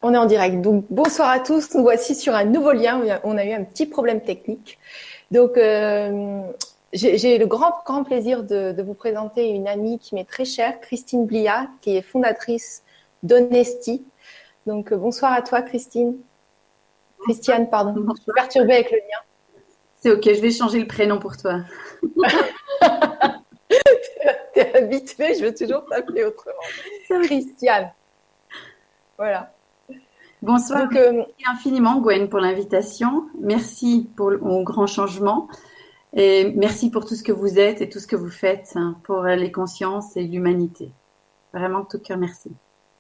On est en direct. Donc, bonsoir à tous. Nous voici sur un nouveau lien. On a eu un petit problème technique. Donc, j'ai le grand plaisir de vous présenter une amie qui m'est très chère, Christine Bliat, qui est fondatrice d'Honesty. Donc, bonsoir à toi, Christine. Christiane, pardon. Bonsoir. Je suis perturbée avec le lien. C'est ok, je vais changer le prénom pour toi. T'es habituée, je veux toujours t'appeler autrement. Christiane. Voilà. Bonsoir. Donc, merci infiniment, Gwen, pour l'invitation. Merci pour au grand changement. Et merci pour tout ce que vous êtes et tout ce que vous faites pour les consciences et l'humanité. Vraiment, de tout cœur, merci.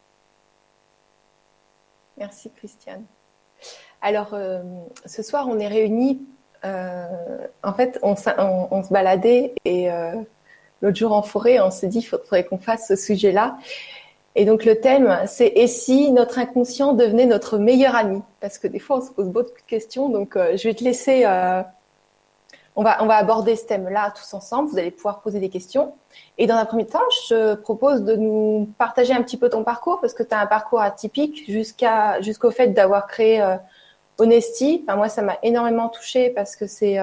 Merci, Christiane. Alors, ce soir, on est réunis. En fait, on se baladait et l'autre jour en forêt, on s'est dit qu'il faudrait qu'on fasse ce sujet-là. Et donc, le thème, c'est « Et si notre inconscient devenait notre meilleur ami ?» Parce que des fois, on se pose beaucoup de questions. Donc, je vais te laisser… on va aborder ce thème-là tous ensemble. Vous allez pouvoir poser des questions. Et dans un premier temps, je te propose de nous partager un petit peu ton parcours parce que tu as un parcours atypique jusqu'au fait d'avoir créé Honesty. Enfin, moi, ça m'a énormément touchée parce que c'est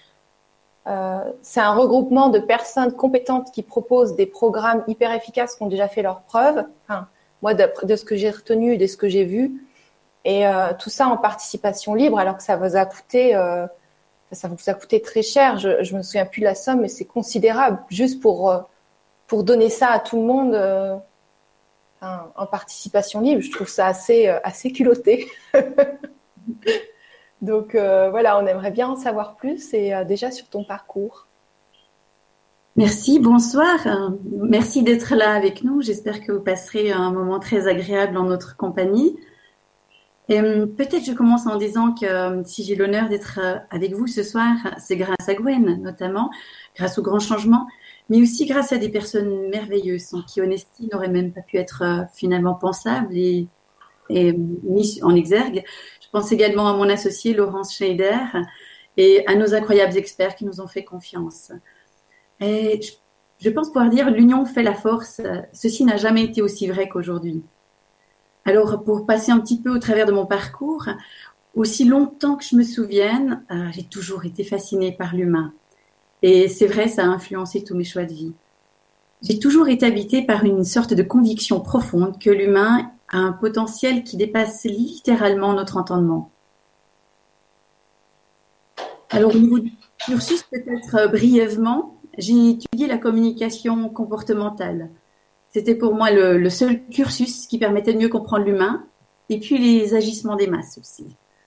un regroupement de personnes compétentes qui proposent des programmes hyper efficaces qui ont déjà fait leurs preuves. Enfin, moi, de ce que j'ai retenu, de ce que j'ai vu, et tout ça en participation libre, alors que ça vous a coûté très cher. Je me souviens plus de la somme, mais c'est considérable juste pour donner ça à tout le monde en participation libre. Je trouve ça assez culotté. Donc voilà, on aimerait bien en savoir plus et déjà sur ton parcours. Merci, bonsoir. Merci d'être là avec nous. J'espère que vous passerez un moment très agréable en notre compagnie. Et peut-être je commence en disant que si j'ai l'honneur d'être avec vous ce soir, c'est grâce à Gwen notamment, grâce au grand changement, mais aussi grâce à des personnes merveilleuses sans qui Honesty n'aurait même pas pu être finalement pensable et mis en exergue. Je pense également à mon associé Laurence Schneider et à nos incroyables experts qui nous ont fait confiance. Et je pense pouvoir dire l'union fait la force. Ceci n'a jamais été aussi vrai qu'aujourd'hui. Alors, pour passer un petit peu au travers de mon parcours, aussi longtemps que je me souvienne, j'ai toujours été fascinée par l'humain. Et c'est vrai, ça a influencé tous mes choix de vie. J'ai toujours été habitée par une sorte de conviction profonde que l'humain a un potentiel qui dépasse littéralement notre entendement. Alors, au niveau du cursus, peut-être brièvement, j'ai étudié la communication comportementale. C'était pour moi le seul cursus qui permettait de mieux comprendre l'humain et puis les agissements des masses aussi.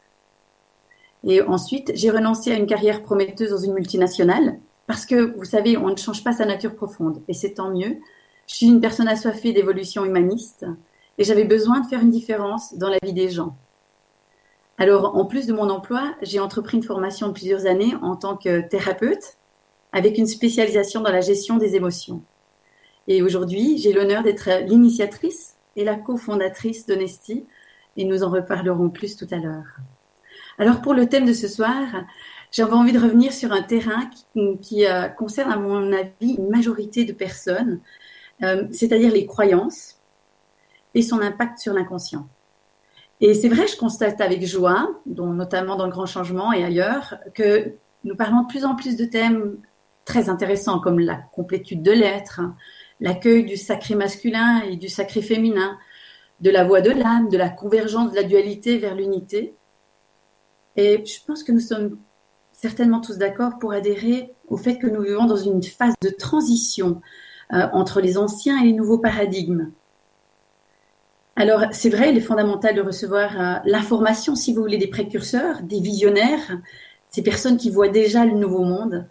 Et ensuite, j'ai renoncé à une carrière prometteuse dans une multinationale parce que, vous savez, on ne change pas sa nature profonde et c'est tant mieux. Je suis une personne assoiffée d'évolution humaniste et j'avais besoin de faire une différence dans la vie des gens. Alors, en plus de mon emploi, j'ai entrepris une formation de plusieurs années en tant que thérapeute avec une spécialisation dans la gestion des émotions. Et aujourd'hui, j'ai l'honneur d'être l'initiatrice et la cofondatrice d'Honesty et nous en reparlerons plus tout à l'heure. Alors, pour le thème de ce soir, j'avais envie de revenir sur un terrain qui concerne, à mon avis, une majorité de personnes, c'est-à-dire les croyances et son impact sur l'inconscient. Et c'est vrai, je constate avec joie, notamment dans le grand changement et ailleurs, que nous parlons de plus en plus de thèmes très intéressants comme la complétude de l'être, l'accueil du sacré masculin et du sacré féminin, de la voie de l'âme, de la convergence de la dualité vers l'unité. Et je pense que nous sommes certainement tous d'accord pour adhérer au fait que nous vivons dans une phase de transition entre les anciens et les nouveaux paradigmes. Alors, c'est vrai, il est fondamental de recevoir l'information, si vous voulez, des précurseurs, des visionnaires, ces personnes qui voient déjà le nouveau monde.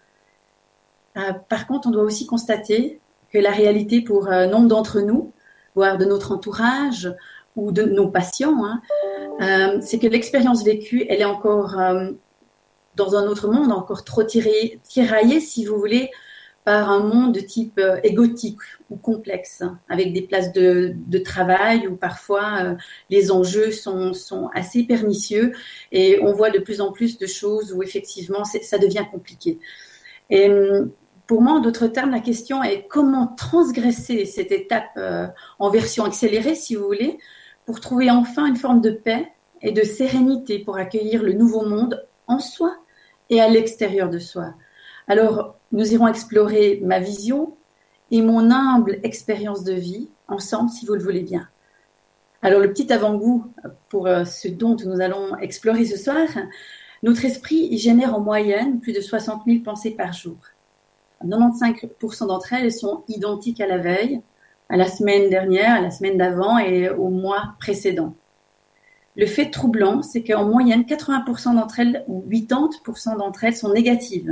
Par contre, on doit aussi constater que la réalité pour nombre d'entre nous, voire de notre entourage ou de nos patients, c'est que l'expérience vécue, elle est encore dans un autre monde, encore trop tiraillée, si vous voulez, par un monde de type égotique ou complexe, avec des places de travail où parfois les enjeux sont assez pernicieux et on voit de plus en plus de choses où effectivement ça devient compliqué. Et pour moi, en d'autres termes, la question est comment transgresser cette étape en version accélérée, si vous voulez, pour trouver enfin une forme de paix et de sérénité pour accueillir le nouveau monde en soi et à l'extérieur de soi. Alors, nous irons explorer ma vision et mon humble expérience de vie ensemble, si vous le voulez bien. Alors, le petit avant-goût pour ce dont nous allons explorer ce soir, notre esprit génère en moyenne plus de 60 000 pensées par jour. 95% d'entre elles sont identiques à la veille, à la semaine dernière, à la semaine d'avant et au mois précédent. Le fait troublant, c'est qu'en moyenne, 80% d'entre elles ou 80% d'entre elles sont négatives.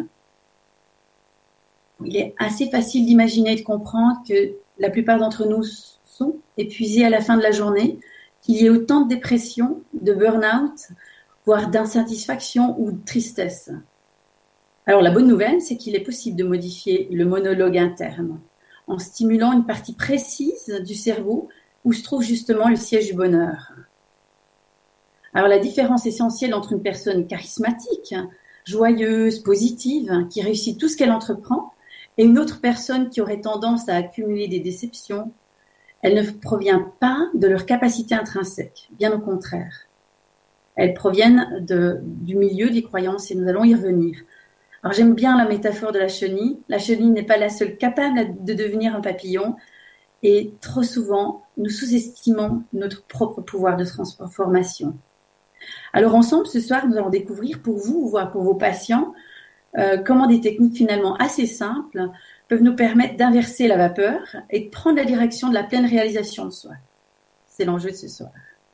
Il est assez facile d'imaginer et de comprendre que la plupart d'entre nous sont épuisés à la fin de la journée, qu'il y ait autant de dépression, de burn-out, voire d'insatisfaction ou de tristesse. Alors la bonne nouvelle, c'est qu'il est possible de modifier le monologue interne en stimulant une partie précise du cerveau où se trouve justement le siège du bonheur. Alors la différence essentielle entre une personne charismatique, joyeuse, positive, qui réussit tout ce qu'elle entreprend, et une autre personne qui aurait tendance à accumuler des déceptions, elle ne provient pas de leur capacité intrinsèque, bien au contraire. Elles proviennent du milieu des croyances et nous allons y revenir. Alors j'aime bien la métaphore de la chenille. La chenille n'est pas la seule capable de devenir un papillon et trop souvent nous sous-estimons notre propre pouvoir de transformation. Alors ensemble ce soir nous allons découvrir pour vous, voire pour vos patients, comment des techniques finalement assez simples peuvent nous permettre d'inverser la vapeur et de prendre la direction de la pleine réalisation de soi. C'est l'enjeu de ce soir.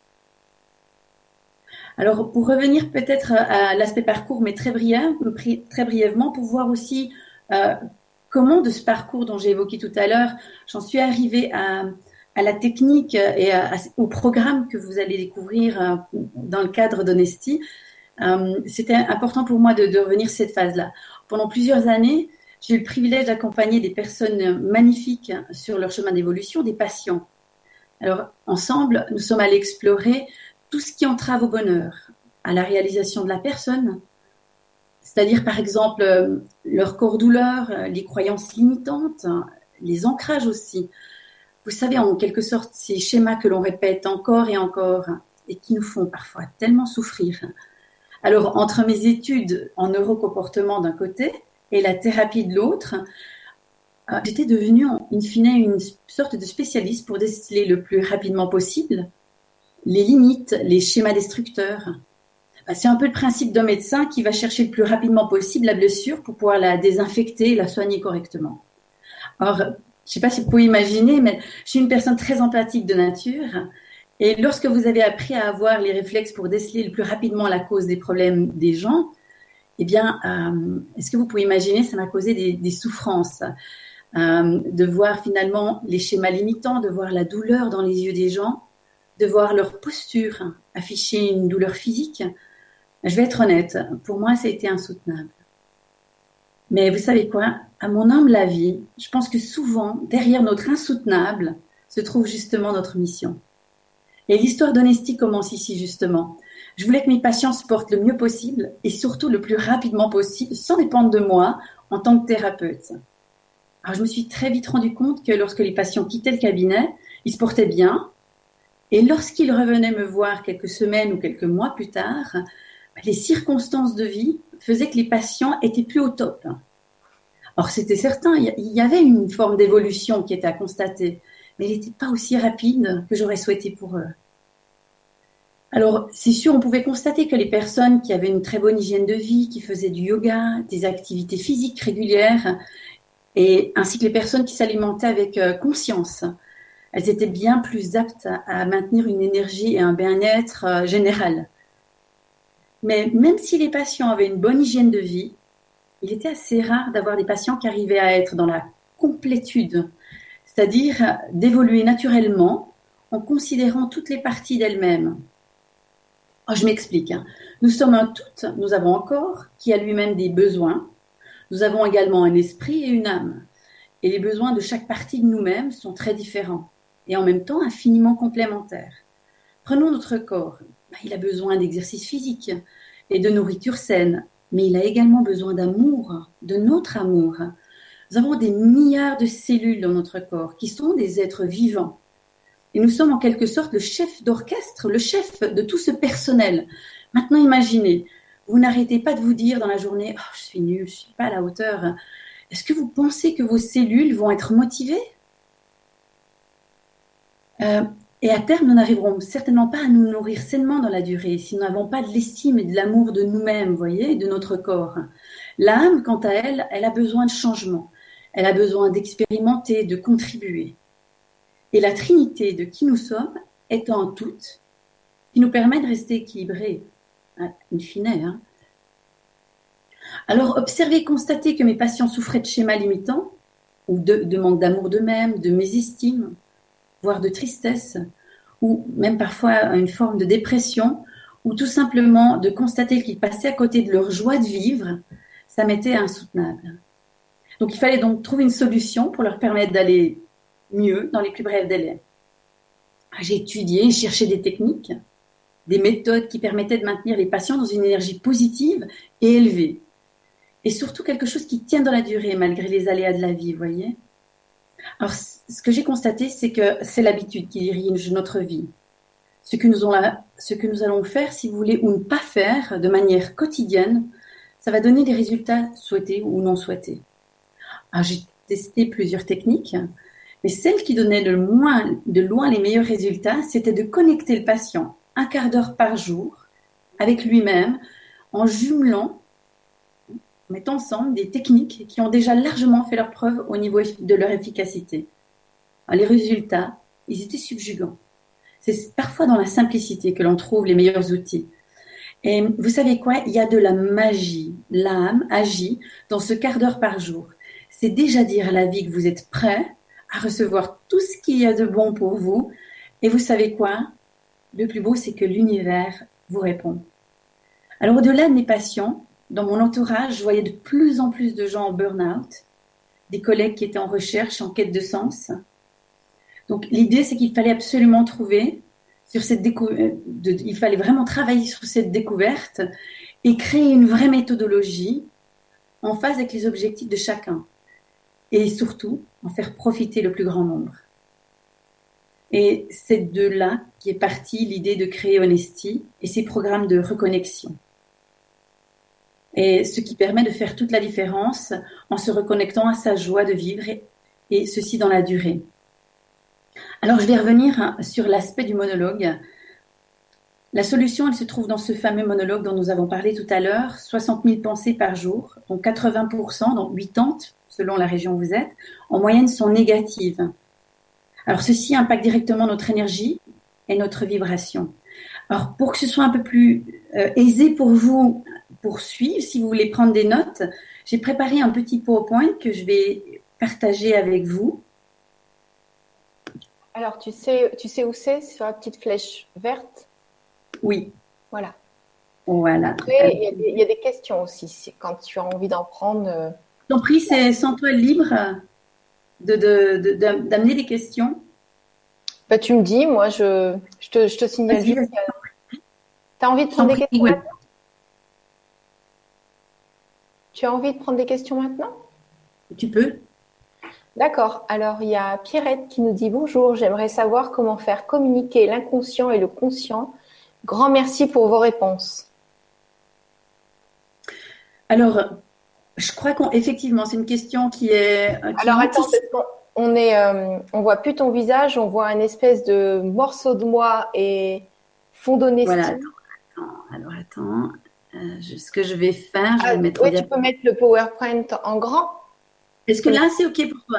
Alors, pour revenir peut-être à l'aspect parcours, mais très brièvement, pour voir aussi comment de ce parcours dont j'ai évoqué tout à l'heure, j'en suis arrivée à la technique et au programme que vous allez découvrir dans le cadre d'Honesty. C'était important pour moi de revenir sur cette phase-là. Pendant plusieurs années, j'ai eu le privilège d'accompagner des personnes magnifiques sur leur chemin d'évolution, des patients. Alors, ensemble, nous sommes allés explorer tout ce qui entrave au bonheur, à la réalisation de la personne, c'est-à-dire par exemple leur corps douleur, les croyances limitantes, les ancrages aussi. Vous savez, en quelque sorte, ces schémas que l'on répète encore et encore et qui nous font parfois tellement souffrir. Alors, entre mes études en neurocomportement d'un côté et la thérapie de l'autre, j'étais devenue in fine une sorte de spécialiste pour déceler le plus rapidement possible les limites, les schémas destructeurs. C'est un peu le principe d'un médecin qui va chercher le plus rapidement possible la blessure pour pouvoir la désinfecter et la soigner correctement. Alors, je ne sais pas si vous pouvez imaginer, mais je suis une personne très empathique de nature. Et lorsque vous avez appris à avoir les réflexes pour déceler le plus rapidement la cause des problèmes des gens, eh bien, est-ce que vous pouvez imaginer, ça m'a causé des souffrances. De voir finalement les schémas limitants, de voir la douleur dans les yeux des gens, de voir leur posture afficher une douleur physique. Je vais être honnête, pour moi, ça a été insoutenable. Mais vous savez quoi? À mon humble avis, je pense que souvent, derrière notre insoutenable, se trouve justement notre mission. Et l'histoire d'Honesty commence ici, justement. Je voulais que mes patients se portent le mieux possible et surtout le plus rapidement possible, sans dépendre de moi en tant que thérapeute. Alors, je me suis très vite rendu compte que lorsque les patients quittaient le cabinet, ils se portaient bien. Et lorsqu'ils revenaient me voir quelques semaines ou quelques mois plus tard, les circonstances de vie faisaient que les patients étaient plus au top. Or, c'était certain, il y avait une forme d'évolution qui était à constater, mais elle n'était pas aussi rapide que j'aurais souhaité pour eux. Alors, c'est sûr, on pouvait constater que les personnes qui avaient une très bonne hygiène de vie, qui faisaient du yoga, des activités physiques régulières, ainsi que les personnes qui s'alimentaient avec conscience, elles étaient bien plus aptes à maintenir une énergie et un bien-être général. Mais même si les patients avaient une bonne hygiène de vie, il était assez rare d'avoir des patients qui arrivaient à être dans la complétude, c'est-à-dire d'évoluer naturellement en considérant toutes les parties d'elles-mêmes. Je m'explique. Nous sommes un tout, nous avons un corps qui a lui-même des besoins, nous avons également un esprit et une âme. Et les besoins de chaque partie de nous-mêmes sont très différents et en même temps infiniment complémentaires. Prenons notre corps. Il a besoin d'exercice physique et de nourriture saine, mais il a également besoin d'amour, de notre amour. Nous avons des milliards de cellules dans notre corps qui sont des êtres vivants. Et nous sommes en quelque sorte le chef d'orchestre, le chef de tout ce personnel. Maintenant, imaginez, vous n'arrêtez pas de vous dire dans la journée, oh, je suis nulle, je suis pas à la hauteur. Est-ce que vous pensez que vos cellules vont être motivées? Et à terme, nous n'arriverons certainement pas à nous nourrir sainement dans la durée si nous n'avons pas de l'estime et de l'amour de nous-mêmes, vous voyez, et de notre corps. L'âme, quant à elle, elle a besoin de changement. Elle a besoin d'expérimenter, de contribuer. Et la trinité de qui nous sommes est en toute, qui nous permet de rester équilibrés, in fine. Hein. Alors, observez, constatez que mes patients souffraient de schémas limitants, ou de manque d'amour d'eux-mêmes, de mésestime, voire de tristesse, ou même parfois une forme de dépression, ou tout simplement de constater qu'ils passaient à côté de leur joie de vivre, ça m'était insoutenable. Donc, il fallait donc trouver une solution pour leur permettre d'aller mieux dans les plus brefs délais. J'ai étudié, cherché des techniques, des méthodes qui permettaient de maintenir les patients dans une énergie positive et élevée. Et surtout quelque chose qui tient dans la durée malgré les aléas de la vie, vous voyez. Alors, ce que j'ai constaté, c'est que c'est l'habitude qui dirige notre vie. Ce que nous allons faire, si vous voulez, ou ne pas faire de manière quotidienne, ça va donner des résultats souhaités ou non souhaités. Alors, j'ai testé plusieurs techniques, mais celle qui donnait de loin les meilleurs résultats, c'était de connecter le patient un quart d'heure par jour avec lui-même en jumelant, en mettant ensemble des techniques qui ont déjà largement fait leur preuve au niveau de leur efficacité. Alors, les résultats, ils étaient subjugants. C'est parfois dans la simplicité que l'on trouve les meilleurs outils. Et vous savez quoi? Il y a de la magie. L'âme agit dans ce quart d'heure par jour. C'est déjà dire à la vie que vous êtes prêt à recevoir tout ce qu'il y a de bon pour vous. Et vous savez quoi? Le plus beau, c'est que l'univers vous répond. Alors, au-delà de mes patients, dans mon entourage, je voyais de plus en plus de gens en burn-out, des collègues qui étaient en recherche, en quête de sens. Donc, l'idée, c'est qu'il fallait absolument trouver sur cette il fallait vraiment travailler sur cette découverte et créer une vraie méthodologie en phase avec les objectifs de chacun. Et surtout, en faire profiter le plus grand nombre. Et c'est de là qu'est partie l'idée de créer Honesty et ses programmes de reconnexion. Et ce qui permet de faire toute la différence en se reconnectant à sa joie de vivre et ceci dans la durée. Alors, je vais revenir sur l'aspect du monologue. La solution, elle se trouve dans ce fameux monologue dont nous avons parlé tout à l'heure, 60 000 pensées par jour, dont 80%, donc 80, selon la région où vous êtes, en moyenne sont négatives. Alors, ceci impacte directement notre énergie et notre vibration. Alors, pour que ce soit un peu plus aisé pour vous pour suivre, si vous voulez prendre des notes, j'ai préparé un petit PowerPoint que je vais partager avec vous. Alors, tu sais où c'est? Sur la petite flèche verte? Oui. Voilà. Voilà. Après, il y a des questions aussi, quand tu as envie d'en prendre. Ton prix, c'est sens-toi libre d'amener des questions. Bah, tu me dis, moi, je te signale juste. Tu as envie de prendre des questions maintenant? Tu as envie de prendre des questions maintenant? Tu peux. D'accord. Alors, il y a Pierrette qui nous dit bonjour, j'aimerais savoir comment faire communiquer l'inconscient et le conscient. Grand merci pour vos réponses. Alors, je crois qu'effectivement, c'est une question qui est. Alors, attends, on voit plus ton visage, on voit un espèce de morceau de moi et fond d'Honesty. Voilà, attends. Ce que je vais faire, je vais mettre. Oui, tu peux mettre le PowerPoint en grand. Est-ce que là, c'est OK pour toi?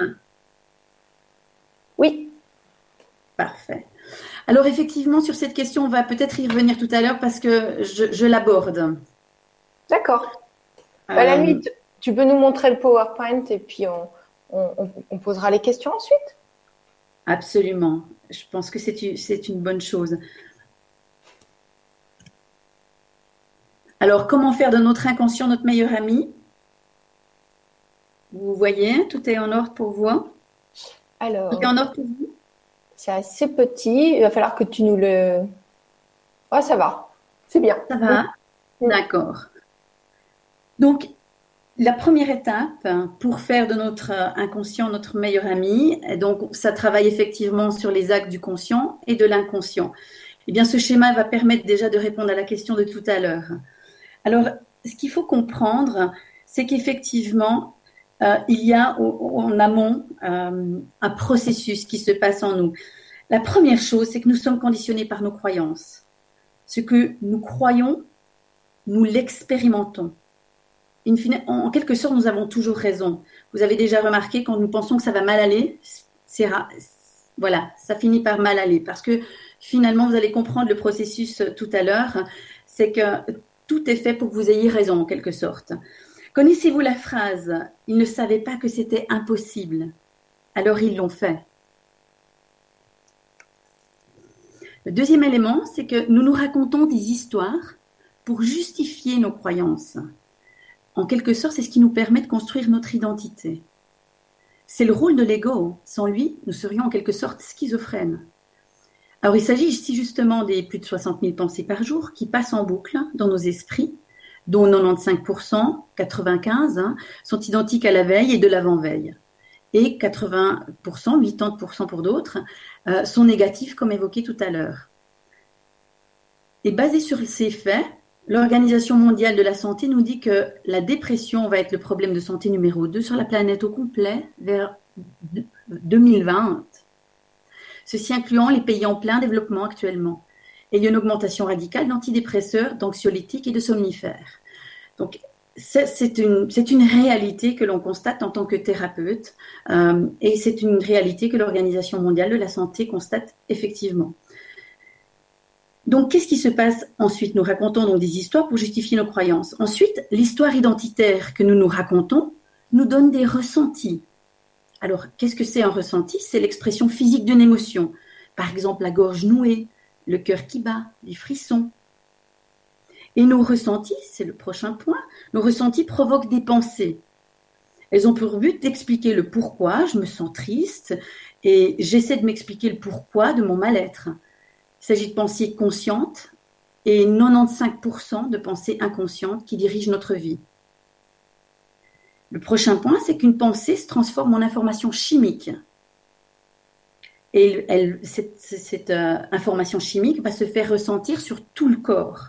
Oui. Parfait. Alors, effectivement, sur cette question, on va peut-être y revenir tout à l'heure parce que je l'aborde. D'accord. À la limite, tu peux nous montrer le PowerPoint et puis on posera les questions ensuite. Absolument. Je pense que c'est une bonne chose. Alors, comment faire de notre inconscient notre meilleur ami? Vous voyez, tout est en ordre pour vous? Alors, tout est en ordre pour vous? C'est assez petit. Il va falloir que tu nous le... Oh, ça va. C'est bien. Ça va? Oui. D'accord. Donc, La première étape pour faire de notre inconscient notre meilleur ami, donc ça travaille effectivement sur les actes du conscient et de l'inconscient. Eh bien, ce schéma va permettre déjà de répondre à la question de tout à l'heure. Alors, ce qu'il faut comprendre, c'est qu'effectivement, il y a en amont un processus qui se passe en nous. La première chose, c'est que nous sommes conditionnés par nos croyances. Ce que nous croyons, nous l'expérimentons. En quelque sorte, nous avons toujours raison. Vous avez déjà remarqué, quand nous pensons que ça va mal aller, voilà, ça finit par mal aller. Parce que finalement, vous allez comprendre le processus tout à l'heure, c'est que tout est fait pour que vous ayez raison, en quelque sorte. Connaissez-vous la phrase « Ils ne savaient pas que c'était impossible, alors ils l'ont fait ». Le deuxième élément, c'est que nous nous racontons des histoires pour justifier nos croyances. En quelque sorte, c'est ce qui nous permet de construire notre identité. C'est le rôle de l'ego. Sans lui, nous serions en quelque sorte schizophrènes. Alors, il s'agit ici justement des plus de 60 000 pensées par jour qui passent en boucle dans nos esprits, dont 95%, 95%, sont identiques à la veille et de l'avant-veille. Et 80%, 80% pour d'autres, sont négatifs comme évoqué tout à l'heure. Et basé sur ces faits, l'Organisation mondiale de la santé nous dit que la dépression va être le problème de santé numéro 2 sur la planète au complet vers 2020. Ceci incluant les pays en plein développement actuellement. Et il y a une augmentation radicale d'antidépresseurs, d'anxiolytiques et de somnifères. Donc, c'est une réalité que l'on constate en tant que thérapeute et c'est une réalité que l'Organisation mondiale de la santé constate effectivement. Donc, qu'est-ce qui se passe ensuite? Nous racontons donc des histoires pour justifier nos croyances. Ensuite, l'histoire identitaire que nous nous racontons nous donne des ressentis. Alors, qu'est-ce que c'est un ressenti? C'est l'expression physique d'une émotion. Par exemple, la gorge nouée, le cœur qui bat, les frissons. Et nos ressentis, c'est le prochain point, nos ressentis provoquent des pensées. Elles ont pour but d'expliquer le pourquoi je me sens triste et j'essaie de m'expliquer le pourquoi de mon mal-être. Il s'agit de pensées conscientes et 95% de pensées inconscientes qui dirigent notre vie. Le prochain point, c'est qu'une pensée se transforme en information chimique. Et cette information chimique va se faire ressentir sur tout le corps.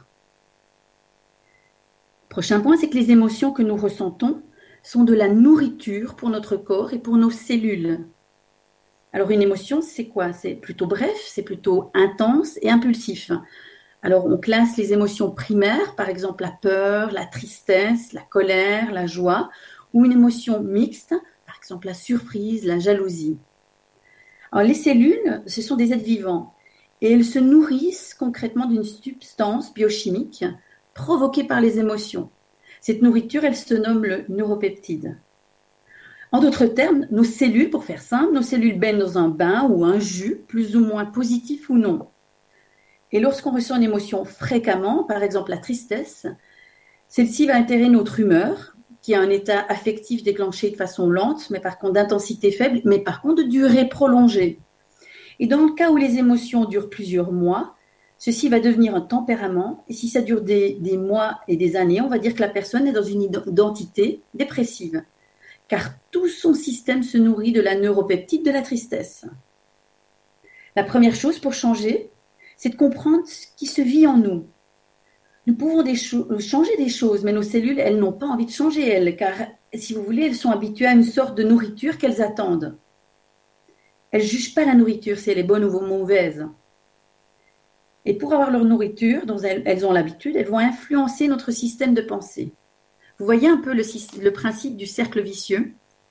Le prochain point, c'est que les émotions que nous ressentons sont de la nourriture pour notre corps et pour nos cellules. Alors une émotion, c'est quoi? C'est plutôt bref, c'est plutôt intense et impulsif. Alors on classe les émotions primaires, par exemple la peur, la tristesse, la colère, la joie, ou une émotion mixte, par exemple la surprise, la jalousie. Alors les cellules, ce sont des êtres vivants et elles se nourrissent concrètement d'une substance biochimique provoquée par les émotions. Cette nourriture, elle se nomme le neuropeptide. En d'autres termes, nos cellules, pour faire simple, nos cellules baignent dans un bain ou un jus, plus ou moins positif ou non. Et lorsqu'on ressent une émotion fréquemment, par exemple la tristesse, celle-ci va altérer notre humeur, qui a un état affectif déclenché de façon lente, mais par contre d'intensité faible, mais par contre de durée prolongée. Et dans le cas où les émotions durent plusieurs mois, ceci va devenir un tempérament, et si ça dure des mois et des années, on va dire que la personne est dans une identité dépressive. Car tout son système se nourrit de la neuropeptide de la tristesse. La première chose pour changer, c'est de comprendre ce qui se vit en nous. Nous pouvons changer des choses, mais nos cellules, elles n'ont pas envie de changer, elles, car, si vous voulez, elles sont habituées à une sorte de nourriture qu'elles attendent. Elles ne jugent pas la nourriture, si elle est bonne ou mauvaise. Et pour avoir leur nourriture, dont elles ont l'habitude, elles vont influencer notre système de pensée. Vous voyez un peu le principe du cercle vicieux.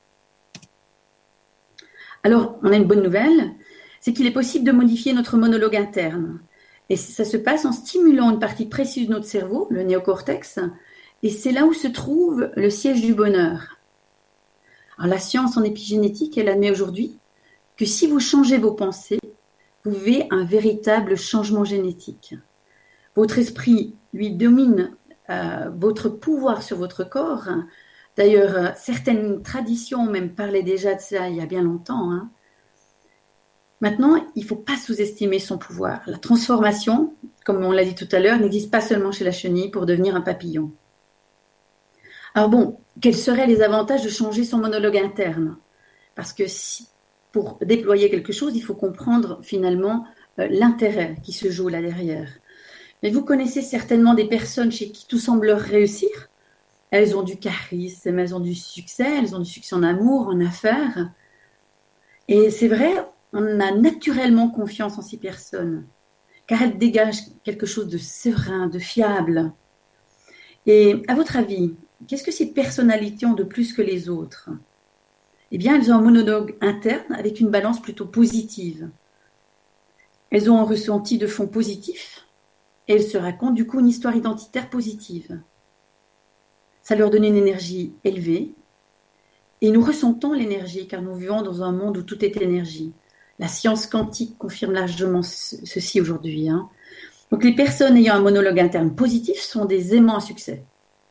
Alors, on a une bonne nouvelle, c'est qu'il est possible de modifier notre monologue interne. Et ça se passe en stimulant une partie précise de notre cerveau, le néocortex, et c'est là où se trouve le siège du bonheur. Alors, la science en épigénétique, elle admet aujourd'hui que si vous changez vos pensées, vous vivez un véritable changement génétique. Votre esprit, lui, domine votre pouvoir sur votre corps. D'ailleurs, certaines traditions ont même parlé déjà de ça il y a bien longtemps. Maintenant, il ne faut pas sous-estimer son pouvoir. La transformation, comme on l'a dit tout à l'heure, n'existe pas seulement chez la chenille pour devenir un papillon. Alors bon, quels seraient les avantages de changer son monologue interne? Parce que pour déployer quelque chose, il faut comprendre finalement l'intérêt qui se joue là derrière. Mais vous connaissez certainement des personnes chez qui tout semble leur réussir. Elles ont du charisme, elles ont du succès en amour, en affaires. Et c'est vrai, on a naturellement confiance en ces personnes, car elles dégagent quelque chose de serein, de fiable. Et à votre avis, qu'est-ce que ces personnalités ont de plus que les autres? Eh bien, elles ont un monologue interne avec une balance plutôt positive. Elles ont un ressenti de fond positif et elles se racontent du coup une histoire identitaire positive. Ça leur donne une énergie élevée et nous ressentons l'énergie car nous vivons dans un monde où tout est énergie. La science quantique confirme largement ceci aujourd'hui. Donc les personnes ayant un monologue interne positif sont des aimants à succès.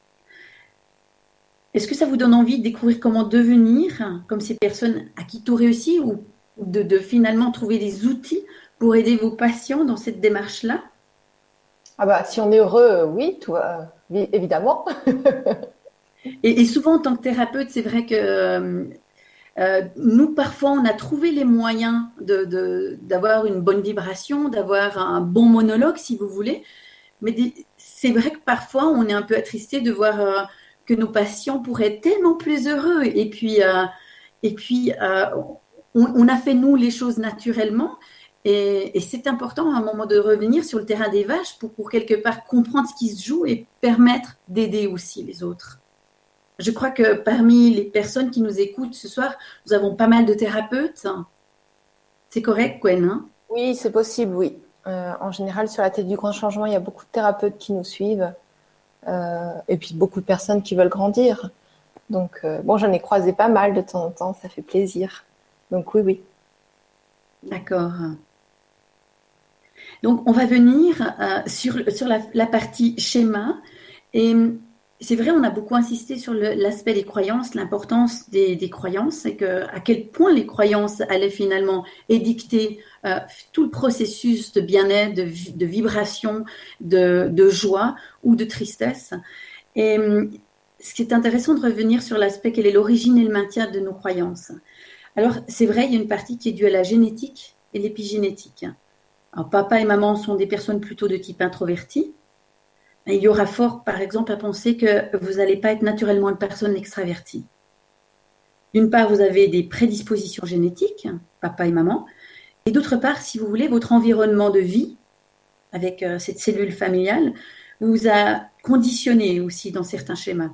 Est-ce que ça vous donne envie de découvrir comment devenir comme ces personnes à qui tout réussit ou de finalement trouver des outils pour aider vos patients dans cette démarche-là? Ah bah, si on est heureux, oui, évidemment. Et souvent, en tant que thérapeute, c'est vrai que nous, parfois, on a trouvé les moyens d'avoir une bonne vibration, d'avoir un bon monologue, si vous voulez. Mais c'est vrai que parfois, on est un peu attristé de voir que nos patients pourraient être tellement plus heureux. Et puis, on a fait, nous, les choses naturellement. Et c'est important à un moment de revenir sur le terrain des vaches pour quelque part comprendre ce qui se joue et permettre d'aider aussi les autres. Je crois que parmi les personnes qui nous écoutent ce soir, nous avons pas mal de thérapeutes. C'est correct, Gwen, hein? Oui, c'est possible, oui. En général, sur la tête du grand changement, il y a beaucoup de thérapeutes qui nous suivent et puis beaucoup de personnes qui veulent grandir. Donc, bon, j'en ai croisé pas mal de temps en temps, ça fait plaisir. Donc, oui, oui. D'accord. Donc, on va venir sur la partie schéma. Et c'est vrai, on a beaucoup insisté sur l'aspect des croyances, l'importance des croyances et à quel point les croyances allaient finalement édicter tout le processus de bien-être, de vibration, de joie ou de tristesse. Et ce qui est intéressant de revenir sur l'aspect quelle est l'origine et le maintien de nos croyances. Alors, c'est vrai, il y a une partie qui est due à la génétique et l'épigénétique. Alors, papa et maman sont des personnes plutôt de type introverti. Il y aura fort, par exemple, à penser que vous n'allez pas être naturellement une personne extravertie. D'une part, vous avez des prédispositions génétiques, papa et maman, et d'autre part, si vous voulez, votre environnement de vie, avec cette cellule familiale, vous a conditionné aussi dans certains schémas.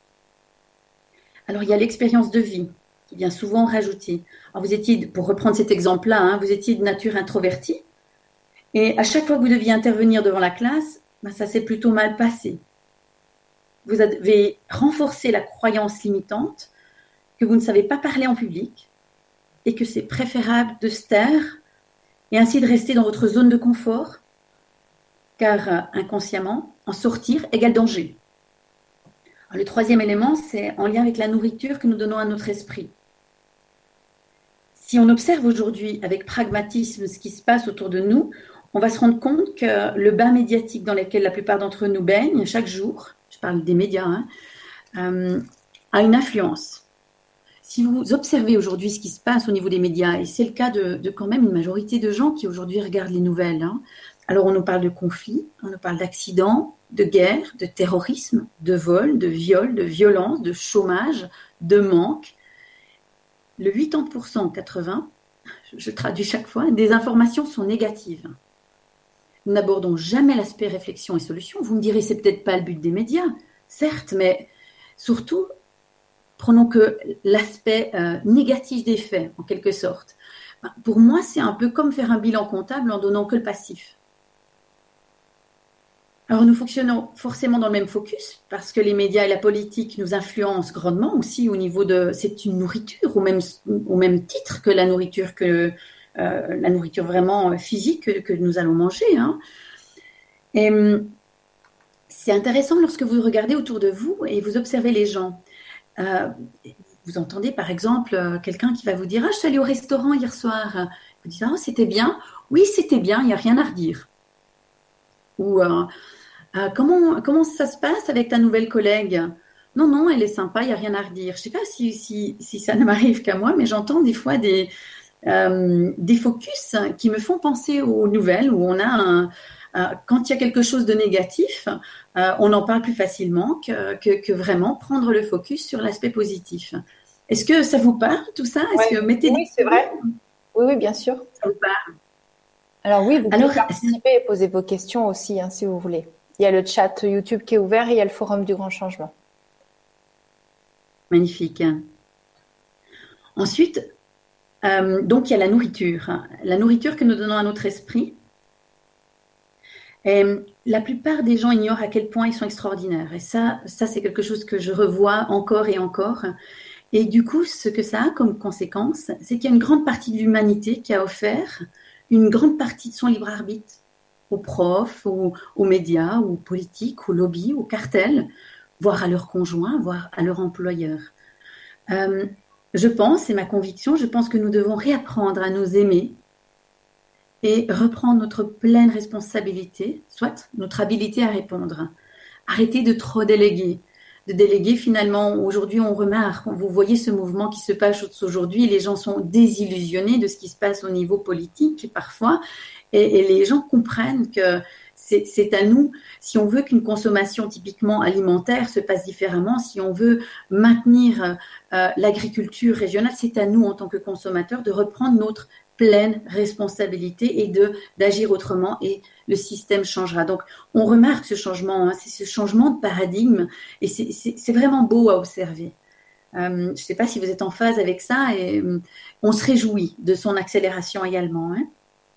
Alors, il y a l'expérience de vie qui vient souvent rajouter. Alors, vous étiez, pour reprendre cet exemple-là, vous étiez de nature introvertie, et à chaque fois que vous deviez intervenir devant la classe, ça s'est plutôt mal passé. Vous avez renforcé la croyance limitante que vous ne savez pas parler en public et que c'est préférable de se taire et ainsi de rester dans votre zone de confort, car inconsciemment, en sortir égale danger. Alors, le troisième élément, c'est en lien avec la nourriture que nous donnons à notre esprit. Si on observe aujourd'hui avec pragmatisme ce qui se passe autour de nous, on va se rendre compte que le bain médiatique dans lequel la plupart d'entre nous baignent chaque jour, je parle des médias, a une influence. Si vous observez aujourd'hui ce qui se passe au niveau des médias, et c'est le cas de quand même une majorité de gens qui aujourd'hui regardent les nouvelles, alors on nous parle de conflits, on nous parle d'accidents, de guerres, de terrorisme, de vols, de viols, de violences, de chômage, de manque. Le 80%, 80%, je traduis chaque fois, des informations sont négatives. Nous n'abordons jamais l'aspect réflexion et solution. Vous me direz, c'est peut-être pas le but des médias, certes, mais surtout, prenons que l'aspect négatif des faits, en quelque sorte. Pour moi, c'est un peu comme faire un bilan comptable en donnant que le passif. Alors, nous fonctionnons forcément dans le même focus, parce que les médias et la politique nous influencent grandement aussi au niveau de... C'est une nourriture, au même titre que la nourriture vraiment physique que nous allons manger. Et c'est intéressant lorsque vous regardez autour de vous et vous observez les gens. Vous entendez par exemple quelqu'un qui va vous dire « Ah, je suis allée au restaurant hier soir. » Vous dites « Ah, c'était bien. » « Oui, c'était bien, il n'y a rien à redire. » Ou « Comment ça se passe avec ta nouvelle collègue ? » non, non, elle est sympa, il n'y a rien à redire. Je ne sais pas si ça ne m'arrive qu'à moi, mais j'entends des fois des focus qui me font penser aux nouvelles où on a quand il y a quelque chose de négatif, on en parle plus facilement que vraiment prendre le focus sur l'aspect positif. Est-ce que ça vous parle tout ça? Est-ce que mettez oui, c'est vrai. Oui, bien sûr. Ça vous parle? Alors oui, vous pouvez participer et poser vos questions aussi, hein, si vous voulez. Il y a le chat YouTube qui est ouvert et il y a le forum du Grand Changement. Magnifique. Ensuite, donc il y a la nourriture. La nourriture que nous donnons à notre esprit. Et la plupart des gens ignorent à quel point ils sont extraordinaires. Et ça c'est quelque chose que je revois encore et encore. Et du coup, ce que ça a comme conséquence, c'est qu'il y a une grande partie de l'humanité qui a offert une grande partie de son libre arbitre aux profs, aux médias, aux politiques, aux lobbies, aux cartels, voire à leurs conjoints, voire à leurs employeurs. Je pense, c'est ma conviction, je pense que nous devons réapprendre à nous aimer et reprendre notre pleine responsabilité, soit notre habilité à répondre. Arrêter de trop déléguer. De déléguer, finalement, aujourd'hui, on remarque, vous voyez ce mouvement qui se passe aujourd'hui, les gens sont désillusionnés de ce qui se passe au niveau politique, parfois, et les gens comprennent que c'est à nous, si on veut qu'une consommation typiquement alimentaire se passe différemment, si on veut maintenir l'agriculture régionale, c'est à nous, en tant que consommateurs, de reprendre notre pleine responsabilité et d'agir autrement, et le système changera. Donc, on remarque ce changement, hein, c'est ce changement de paradigme, et c'est vraiment beau à observer. Je ne sais pas si vous êtes en phase avec ça, et on se réjouit de son accélération également. Hein.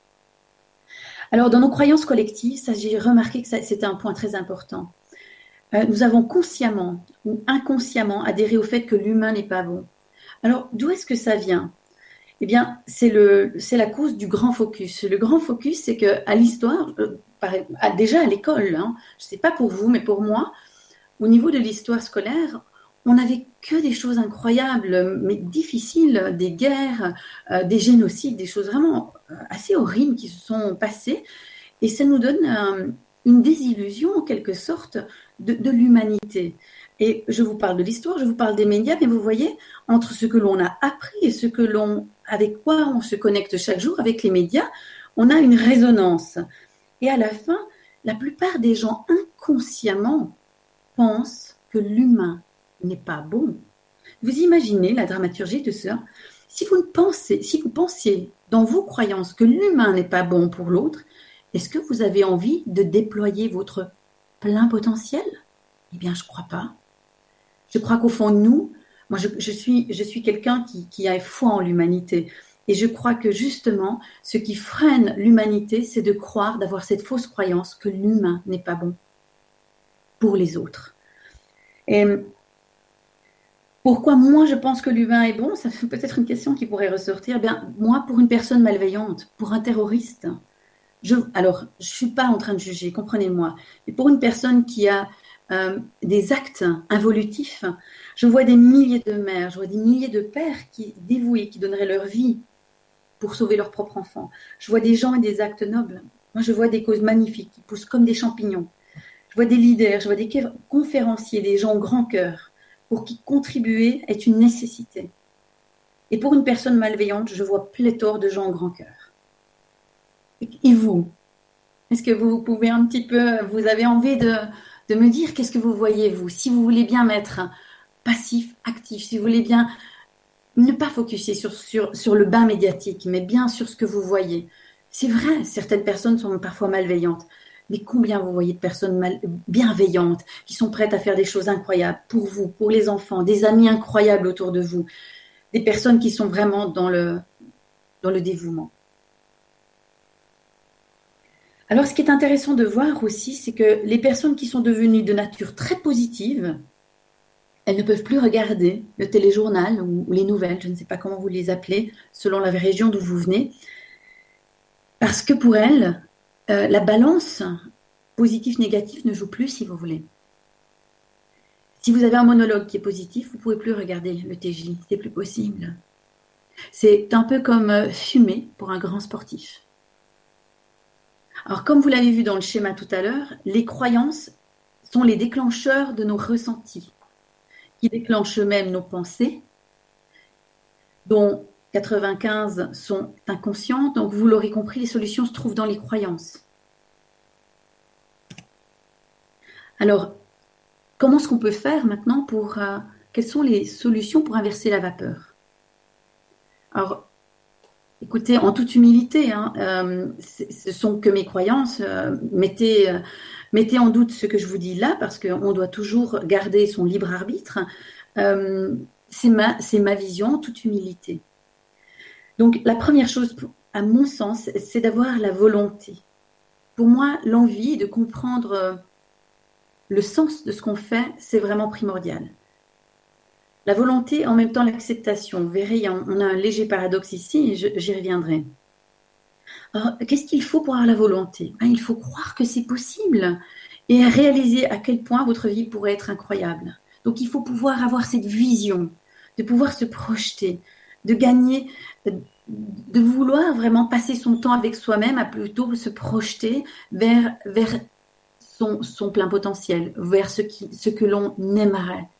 Alors, dans nos croyances collectives, ça, j'ai remarqué que c'était un point très important. Nous avons consciemment ou inconsciemment adhéré au fait que l'humain n'est pas bon. Alors, d'où est-ce que ça vient ? Eh bien, c'est la cause du grand focus. Le grand focus, c'est qu'à l'histoire, déjà à l'école, hein, je ne sais pas pour vous, mais pour moi, au niveau de l'histoire scolaire, on n'avait que des choses incroyables, mais difficiles, des guerres, des génocides, des choses vraiment assez horribles qui se sont passées. Et ça nous donne une désillusion, en quelque sorte, de l'humanité. Et je vous parle de l'histoire, je vous parle des médias, mais vous voyez, entre ce que l'on a appris et avec quoi on se connecte chaque jour, avec les médias, on a une résonance. Et à la fin, la plupart des gens inconsciemment pensent que l'humain n'est pas bon. Vous imaginez la dramaturgie de ça? Si vous pensiez dans vos croyances que l'humain n'est pas bon pour l'autre, est-ce que vous avez envie de déployer votre plein potentiel? Eh bien, je ne crois pas. Je crois qu'au fond de nous, moi, je suis quelqu'un qui a foi en l'humanité. Et je crois que justement, ce qui freine l'humanité, c'est de croire, d'avoir cette fausse croyance que l'humain n'est pas bon pour les autres. Et pourquoi moi je pense que l'humain est bon? Ça fait peut-être une question qui pourrait ressortir. Eh bien, moi, pour une personne malveillante, pour un terroriste, alors, je ne suis pas en train de juger, comprenez-moi, mais pour une personne qui a des actes involutifs, je vois des milliers de mères, je vois des milliers de pères dévoués, qui donneraient leur vie pour sauver leur propre enfant. Je vois des gens et des actes nobles. Moi, je vois des causes magnifiques qui poussent comme des champignons. Je vois des leaders, je vois des conférenciers, des gens au grand cœur, pour qui contribuer est une nécessité. Et pour une personne malveillante, je vois pléthore de gens au grand cœur. Et vous? Est-ce que vous pouvez un petit peu, vous avez envie de me dire qu'est-ce que vous voyez, vous? Si vous voulez bien mettre passif, actif, si vous voulez bien ne pas focuser sur le bain médiatique, mais bien sur ce que vous voyez. C'est vrai, certaines personnes sont parfois malveillantes, mais combien vous voyez de personnes bienveillantes qui sont prêtes à faire des choses incroyables pour vous, pour les enfants, des amis incroyables autour de vous, des personnes qui sont vraiment dans le dévouement. Alors, ce qui est intéressant de voir aussi, c'est que les personnes qui sont devenues de nature très positive, elles ne peuvent plus regarder le téléjournal ou les nouvelles, je ne sais pas comment vous les appelez, selon la région d'où vous venez, parce que pour elles, la balance positif-négatif ne joue plus, si vous voulez. Si vous avez un monologue qui est positif, vous ne pouvez plus regarder le TJ, c'est plus possible. C'est un peu comme fumer pour un grand sportif. Alors, comme vous l'avez vu dans le schéma tout à l'heure, les croyances sont les déclencheurs de nos ressentis. qui déclenchent eux-mêmes nos pensées, dont 95 sont inconscientes. Donc, vous l'aurez compris, les solutions se trouvent dans les croyances. Alors, comment est-ce qu'on peut faire maintenant quelles sont les solutions pour inverser la vapeur? Alors, écoutez, en toute humilité, ce sont que mes croyances. Mettez en doute ce que je vous dis là, parce qu'on doit toujours garder son libre arbitre. C'est ma vision, en toute humilité. Donc, la première chose, à mon sens, c'est d'avoir la volonté. Pour moi, l'envie de comprendre le sens de ce qu'on fait, c'est vraiment primordial. La volonté, en même temps l'acceptation. Vous verrez, on a un léger paradoxe ici, et j'y reviendrai. Alors, qu'est-ce qu'il faut pour avoir la volonté? Il faut croire que c'est possible et réaliser à quel point votre vie pourrait être incroyable. Donc, il faut pouvoir avoir cette vision, de pouvoir se projeter, de gagner, de vouloir vraiment passer son temps avec soi-même, à plutôt se projeter vers son plein potentiel, vers ce que l'on aimerait.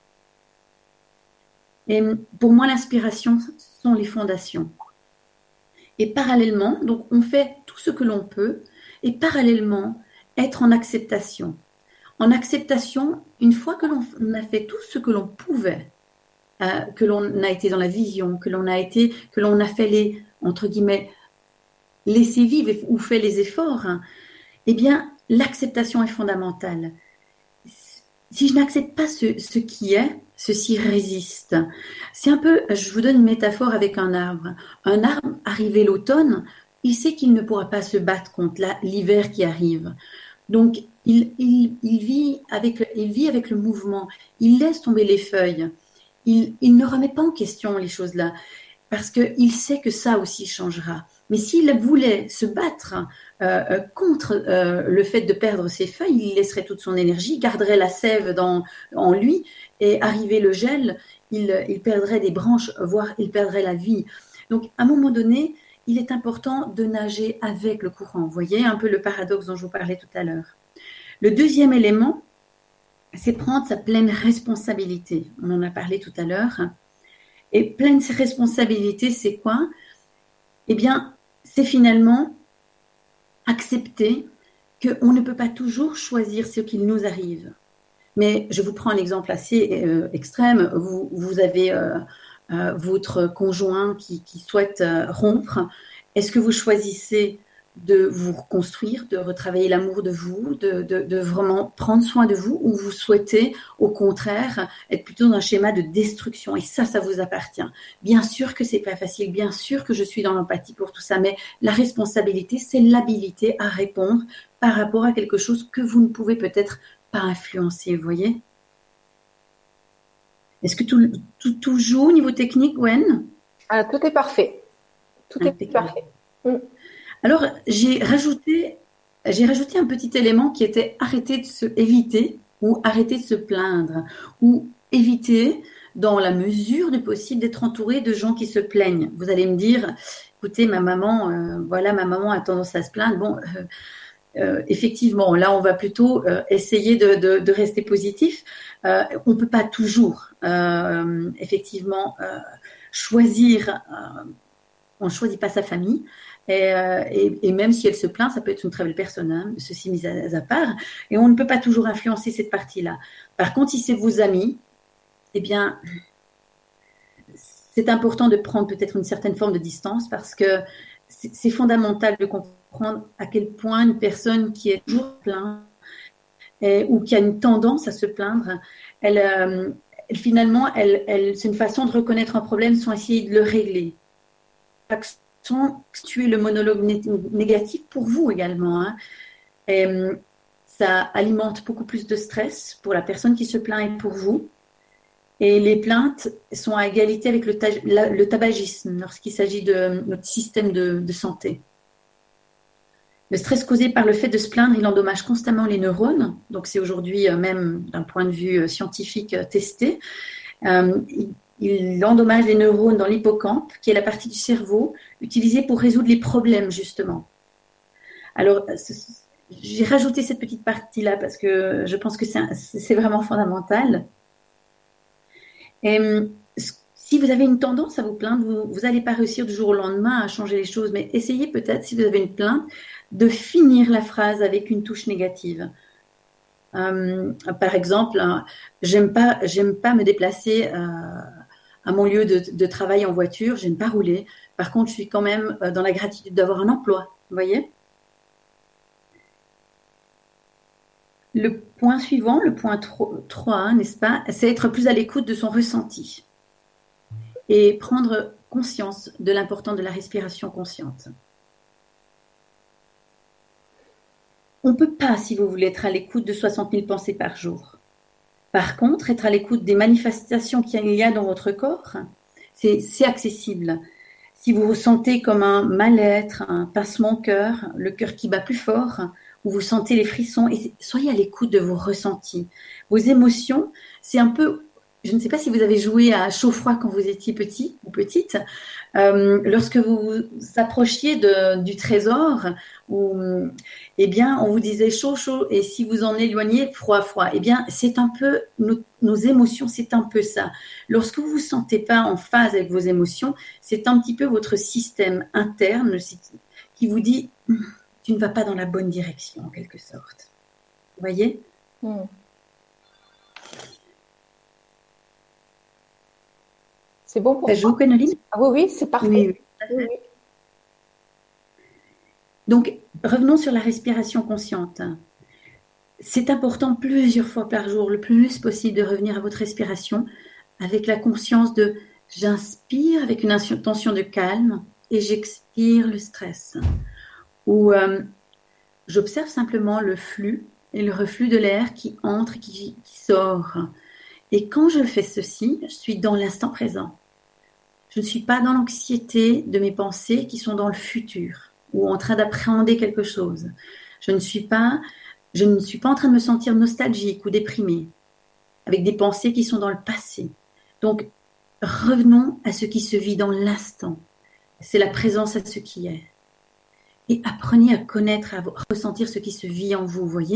Et pour moi, l'inspiration sont les fondations. Et parallèlement, donc on fait tout ce que l'on peut, et parallèlement, être en acceptation. En acceptation, une fois que l'on a fait tout ce que l'on pouvait, que l'on a été dans la vision, que l'on a fait les, entre guillemets, laisser vivre ou fait les efforts, eh bien, l'acceptation est fondamentale. Si je n'accepte pas ce qui est, ceci résiste. C'est un peu, je vous donne une métaphore avec un arbre. Un arbre, arrivé l'automne, il sait qu'il ne pourra pas se battre contre l'hiver qui arrive. Donc, il vit avec le mouvement. Il laisse tomber les feuilles. Il ne remet pas en question les choses là, parce qu'il sait que ça aussi changera. Mais s'il voulait se battre contre le fait de perdre ses feuilles, il laisserait toute son énergie, garderait la sève en lui, et arrivé le gel, il perdrait des branches, voire il perdrait la vie. Donc, à un moment donné, il est important de nager avec le courant. Vous voyez un peu le paradoxe dont je vous parlais tout à l'heure. Le deuxième élément, c'est prendre sa pleine responsabilité. On en a parlé tout à l'heure. Et pleine responsabilité, c'est quoi? Eh bien, c'est finalement accepter qu'on ne peut pas toujours choisir ce qu'il nous arrive. Mais je vous prends un exemple assez extrême. Vous avez votre conjoint qui souhaite rompre. Est-ce que vous choisissez de vous reconstruire, de retravailler l'amour de vous, de vraiment prendre soin de vous, ou vous souhaitez, au contraire, être plutôt dans un schéma de destruction? Et ça vous appartient. Bien sûr que c'est pas facile, bien sûr que je suis dans l'empathie pour tout ça, mais la responsabilité, c'est l'habilité à répondre par rapport à quelque chose que vous ne pouvez peut-être pas influencer, vous voyez? Est-ce que tout joue au niveau technique, Gwen? Tout est parfait. Tout est parfait. Alors, j'ai rajouté un petit élément qui était arrêter de éviter ou arrêter de se plaindre, ou éviter, dans la mesure du possible, d'être entouré de gens qui se plaignent. Vous allez me dire, écoutez, ma maman a tendance à se plaindre. Bon, effectivement, là, on va plutôt essayer de rester positif. On peut pas toujours, effectivement, choisir. On choisit pas sa famille. Et même si elle se plaint, ça peut être une très belle personne, hein, ceci mis à part. Et on ne peut pas toujours influencer cette partie-là. Par contre, si c'est vos amis, eh bien, c'est important de prendre peut-être une certaine forme de distance, parce que c'est fondamental de comprendre à quel point une personne qui est toujours plainte ou qui a une tendance à se plaindre, finalement, c'est une façon de reconnaître un problème sans essayer de le régler. Sans tuer le monologue négatif pour vous également. Hein. Et ça alimente beaucoup plus de stress pour la personne qui se plaint et pour vous. Et les plaintes sont à égalité avec le tabagisme lorsqu'il s'agit de notre système de santé. Le stress causé par le fait de se plaindre, il endommage constamment les neurones. Donc c'est aujourd'hui même d'un point de vue scientifique testé. Il endommage les neurones dans l'hippocampe, qui est la partie du cerveau utilisée pour résoudre les problèmes, justement. Alors, j'ai rajouté cette petite partie-là parce que je pense que c'est vraiment fondamental. Et si vous avez une tendance à vous plaindre, vous n'allez pas réussir du jour au lendemain à changer les choses, mais essayez peut-être, si vous avez une plainte, de finir la phrase avec une touche négative. Par exemple, j'aime pas me déplacer à mon lieu de travail en voiture, j'aime pas rouler. Par contre, je suis quand même dans la gratitude d'avoir un emploi, vous voyez? Le point suivant, le point 3, n'est-ce pas? C'est être plus à l'écoute de son ressenti et prendre conscience de l'importance de la respiration consciente. On ne peut pas, si vous voulez, être à l'écoute de 60 000 pensées par jour. Par contre, être à l'écoute des manifestations qu'il y a dans votre corps, c'est accessible. Si vous ressentez comme un mal-être, un pincement au cœur, le cœur qui bat plus fort, ou vous sentez les frissons, et soyez à l'écoute de vos ressentis. Vos émotions, c'est un peu... Je ne sais pas si vous avez joué à chaud-froid quand vous étiez petit ou petite. Lorsque vous vous approchiez du trésor, eh bien, on vous disait chaud, chaud, et si vous en éloignez, froid, froid. Eh bien, c'est un peu nos émotions, c'est un peu ça. Lorsque vous ne vous sentez pas en phase avec vos émotions, c'est un petit peu votre système interne qui vous dit tu ne vas pas dans la bonne direction, en quelque sorte. Vous voyez ? C'est bon pour ça joue, Gwénoline ? Ah oui, c'est parfait. Oui. Donc, revenons sur la respiration consciente. C'est important plusieurs fois par jour, le plus possible, de revenir à votre respiration avec la conscience de j'inspire avec une intention de calme et j'expire le stress. Ou j'observe simplement le flux et le reflux de l'air qui entre et qui sort. Et quand je fais ceci, je suis dans l'instant présent. Je ne suis pas dans l'anxiété de mes pensées qui sont dans le futur ou en train d'appréhender quelque chose. Je ne suis pas en train de me sentir nostalgique ou déprimée avec des pensées qui sont dans le passé. Donc, revenons à ce qui se vit dans l'instant. C'est la présence à ce qui est. Et apprenez à connaître, à ressentir ce qui se vit en vous, voyez ?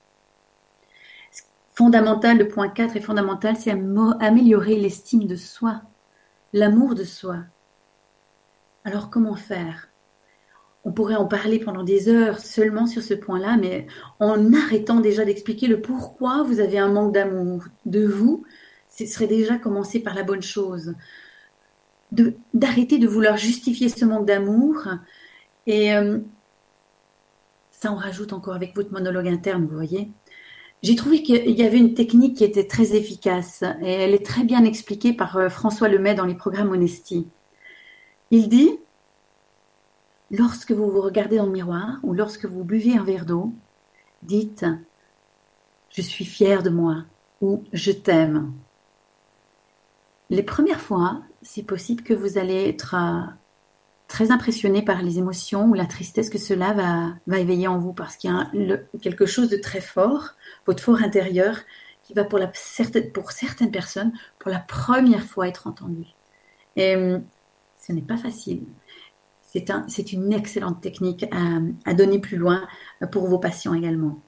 Fondamental, le point 4 est fondamental, c'est améliorer l'estime de soi, l'amour de soi. Alors, comment faire ? On pourrait en parler pendant des heures seulement sur ce point-là, mais en arrêtant déjà d'expliquer le pourquoi vous avez un manque d'amour de vous, ce serait déjà commencer par la bonne chose. D'arrêter de vouloir justifier ce manque d'amour et ça en rajoute encore avec votre monologue interne, vous voyez. J'ai trouvé qu'il y avait une technique qui était très efficace et elle est très bien expliquée par François Lemay dans les programmes Honesty. Il dit, lorsque vous vous regardez dans le miroir ou lorsque vous buvez un verre d'eau, dites « Je suis fière de moi » ou « Je t'aime ». Les premières fois, c'est possible que vous allez être très impressionné par les émotions ou la tristesse que cela va éveiller en vous parce qu'il y a quelque chose de très fort, votre fort intérieur, qui va pour certaines personnes, pour la première fois être entendu. Et ce n'est pas facile. C'est une excellente technique à donner plus loin pour vos patients également.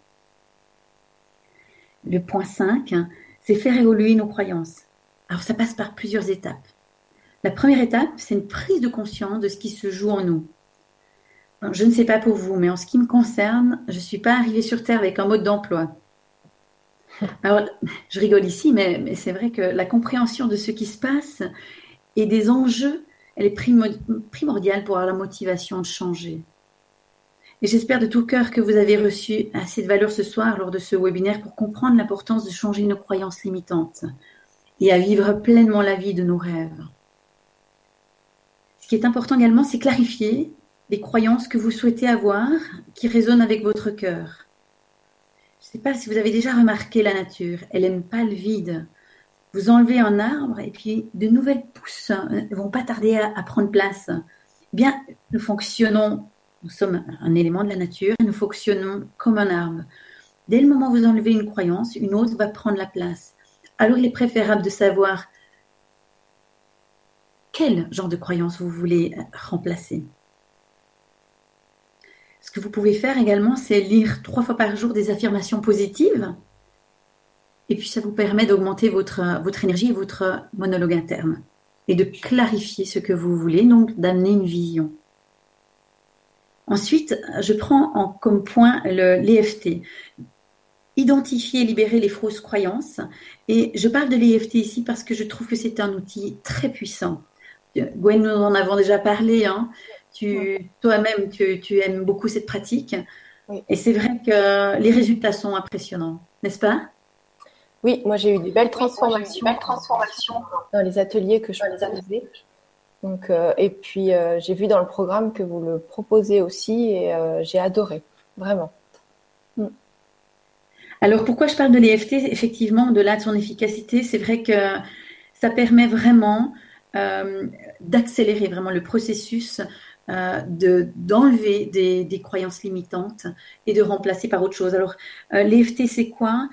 Le point 5, c'est faire évoluer nos croyances. Alors ça passe par plusieurs étapes. La première étape, c'est une prise de conscience de ce qui se joue en nous. Je ne sais pas pour vous, mais en ce qui me concerne, je ne suis pas arrivée sur Terre avec un mode d'emploi. Alors, je rigole ici, mais c'est vrai que la compréhension de ce qui se passe et des enjeux, elle est primordiale pour avoir la motivation de changer. Et j'espère de tout cœur que vous avez reçu assez de valeur ce soir lors de ce webinaire pour comprendre l'importance de changer nos croyances limitantes et à vivre pleinement la vie de nos rêves. Ce qui est important également, c'est clarifier les croyances que vous souhaitez avoir qui résonnent avec votre cœur. Je ne sais pas si vous avez déjà remarqué la nature, elle n'aime pas le vide. Vous enlevez un arbre et puis de nouvelles pousses ne vont pas tarder à prendre place. Eh bien, nous sommes un élément de la nature et nous fonctionnons comme un arbre. Dès le moment où vous enlevez une croyance, une autre va prendre la place. Alors il est préférable de savoir quel genre de croyance vous voulez remplacer. Ce que vous pouvez faire également, c'est lire 3 fois par jour des affirmations positives. Et puis ça vous permet d'augmenter votre énergie et votre monologue interne et de clarifier ce que vous voulez, donc d'amener une vision. Ensuite, je prends comme point l'EFT. Identifier et libérer les fausses croyances. Et je parle de l'EFT ici parce que je trouve que c'est un outil très puissant. Gwen, nous en avons déjà parlé. Hein. Toi-même, tu aimes beaucoup cette pratique. Oui. Et c'est vrai que les résultats sont impressionnants, n'est-ce pas? Oui, moi j'ai eu des belles transformations dans les ateliers que je faisais. Donc, et puis j'ai vu dans le programme que vous le proposez aussi et j'ai adoré, vraiment. Alors, pourquoi je parle de l'EFT, effectivement, au-delà de son efficacité, c'est vrai que ça permet vraiment d'accélérer vraiment le processus d'enlever des croyances limitantes et de remplacer par autre chose. Alors, l'EFT, c'est quoi?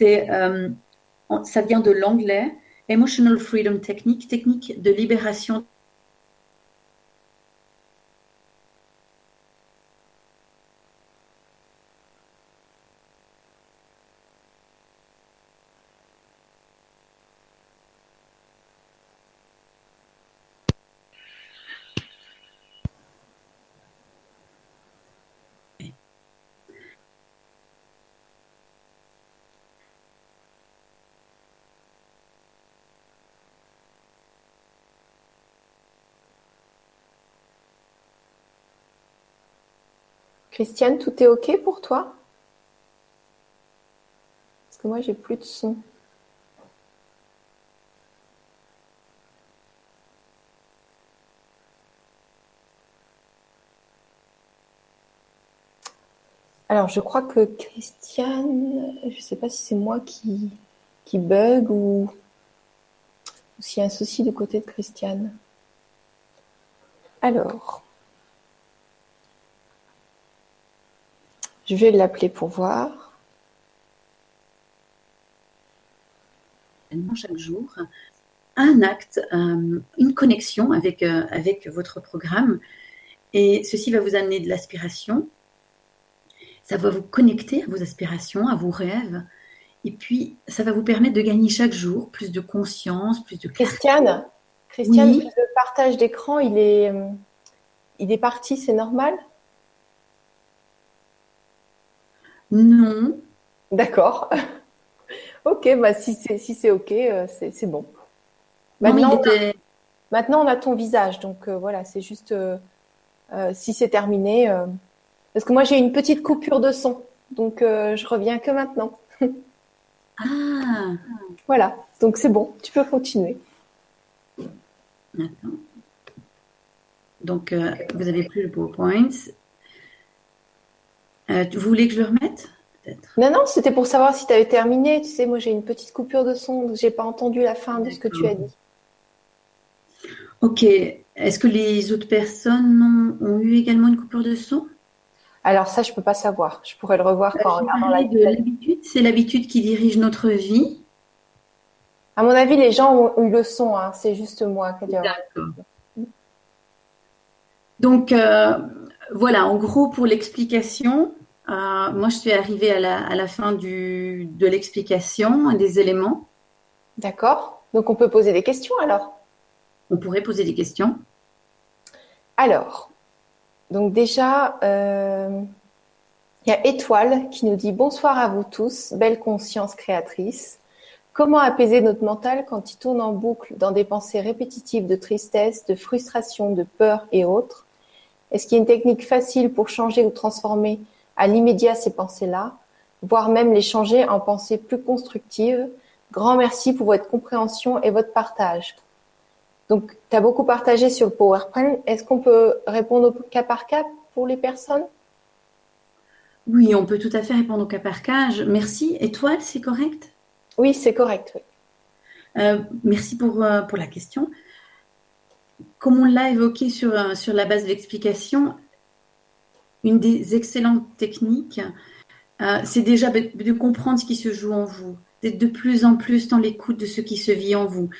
Ça vient de l'anglais, Emotional Freedom Technique, technique de libération. Christiane, tout est OK pour toi? Parce que moi, j'ai plus de son. Alors, je crois que Christiane, je ne sais pas si c'est moi qui bug ou s'il y a un souci du côté de Christiane. Alors, je vais l'appeler pour voir. Chaque jour, un acte, une connexion avec votre programme. Et ceci va vous amener de l'aspiration. Ça va vous connecter à vos aspirations, à vos rêves. Et puis, ça va vous permettre de gagner chaque jour plus de conscience, plus de clarté. Christiane, Oui. le partage d'écran, il est parti, c'est normal? Non. D'accord. Ok, bah si c'est ok, c'est bon. Non, Maintenant, on a ton visage, donc voilà, c'est juste si c'est terminé. Parce que moi, j'ai une petite coupure de son, donc je reviens que maintenant. Ah, Voilà, donc c'est bon, tu peux continuer. attends. Donc, vous avez plus le PowerPoint. Vous voulez que je le remette? Peut-être. Non, c'était pour savoir si tu avais terminé. Tu sais, moi, j'ai une petite coupure de son, donc j'ai pas entendu la fin de ce que tu as dit. Ok. Est-ce que les autres personnes ont eu également une coupure de son? Alors ça, je peux pas savoir. Je pourrais le revoir quand en regardant la de l'habitude. C'est l'habitude qui dirige notre vie. À mon avis, les gens ont eu le son, hein. C'est juste moi qui ai dit. D'accord. Donc, voilà, en gros, pour l'explication, moi, je suis arrivée à la fin de l'explication des éléments. D'accord. Donc, on peut poser des questions alors. On pourrait poser des questions. Alors, donc déjà, il y a Étoile qui nous dit « Bonsoir à vous tous, belle conscience créatrice. Comment apaiser notre mental quand il tourne en boucle dans des pensées répétitives de tristesse, de frustration, de peur et autres? Est-ce qu'il y a une technique facile pour changer ou transformer à l'immédiat ces pensées-là, voire même les changer en pensées plus constructives? Grand merci pour votre compréhension et votre partage. » Donc, tu as beaucoup partagé sur le PowerPoint. Est-ce qu'on peut répondre au cas par cas pour les personnes? Oui, on peut tout à fait répondre au cas par cas. Merci. Étoile, c'est correct? Oui, c'est correct. Oui. Merci pour la question. Comme on l'a évoqué sur la base de l'explication, une des excellentes techniques, c'est déjà de comprendre ce qui se joue en vous, d'être de plus en plus dans l'écoute de ce qui se vit en vous,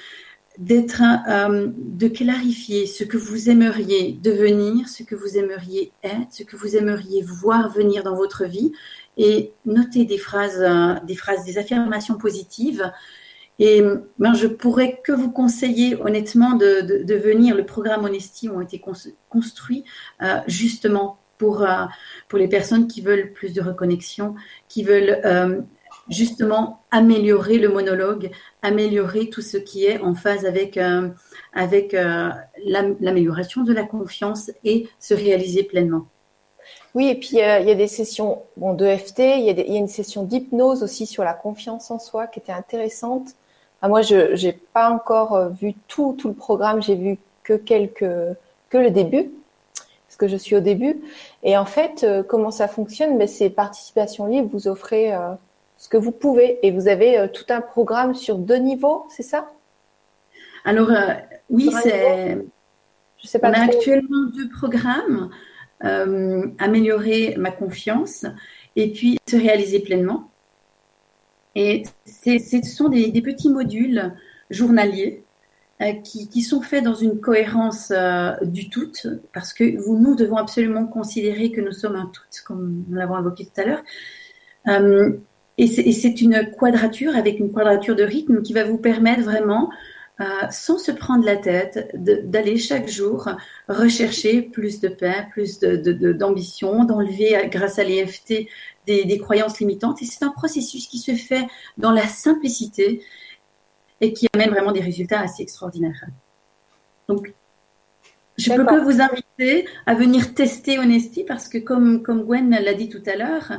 de clarifier ce que vous aimeriez devenir, ce que vous aimeriez être, ce que vous aimeriez voir venir dans votre vie, et noter des phrases, des affirmations positives. Et je pourrais que vous conseiller honnêtement de venir. Le programme Honesty ont été construits justement pour les personnes qui veulent plus de reconnexion, qui veulent justement améliorer le monologue, améliorer tout ce qui est en phase avec l'amélioration de la confiance et se réaliser pleinement. Oui, et puis il y a des sessions d'EFT, il y a une session d'hypnose aussi sur la confiance en soi qui était intéressante. Moi, je n'ai pas encore vu tout le programme, j'ai vu que le début, parce que je suis au début. Et en fait, comment ça fonctionne? C'est participation libre, vous offrez ce que vous pouvez, et vous avez tout un programme sur 2 niveaux, c'est ça? Alors oui, je sais pas on trop. A actuellement 2 programmes, améliorer ma confiance et puis se réaliser pleinement. Et ce sont des petits modules journaliers qui sont faits dans une cohérence du tout, parce que nous devons absolument considérer que nous sommes un tout, comme nous l'avons évoqué tout à l'heure. Et c'est une quadrature avec une quadrature de rythme qui va vous permettre vraiment, sans se prendre la tête, d'aller chaque jour rechercher plus de paix, plus d'ambition, d'enlever grâce à l'EFT des croyances limitantes. Et c'est un processus qui se fait dans la simplicité et qui amène vraiment des résultats assez extraordinaires. Donc, je peux que vous inviter à venir tester Honesty, parce que comme Gwen l'a dit tout à l'heure,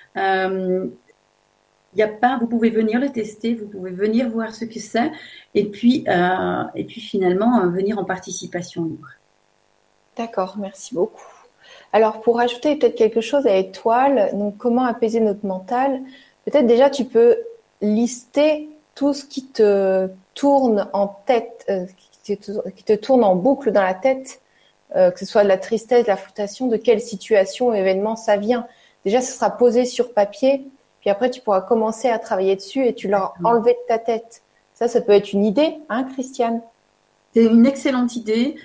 vous pouvez venir le tester, vous pouvez venir voir ce que c'est, et puis finalement venir en participation libre. D'accord, merci beaucoup. Alors, pour ajouter peut-être quelque chose à Étoile, donc comment apaiser notre mental, peut-être déjà tu peux lister tout ce qui te tourne en tête, qui te tourne en boucle dans la tête, que ce soit de la tristesse, de la frustration, de quelle situation ou événement ça vient. Déjà, ce sera posé sur papier, puis après tu pourras commencer à travailler dessus et tu l'auras enlevé de ta tête. Ça peut être une idée, hein, Christiane? C'est une excellente idée.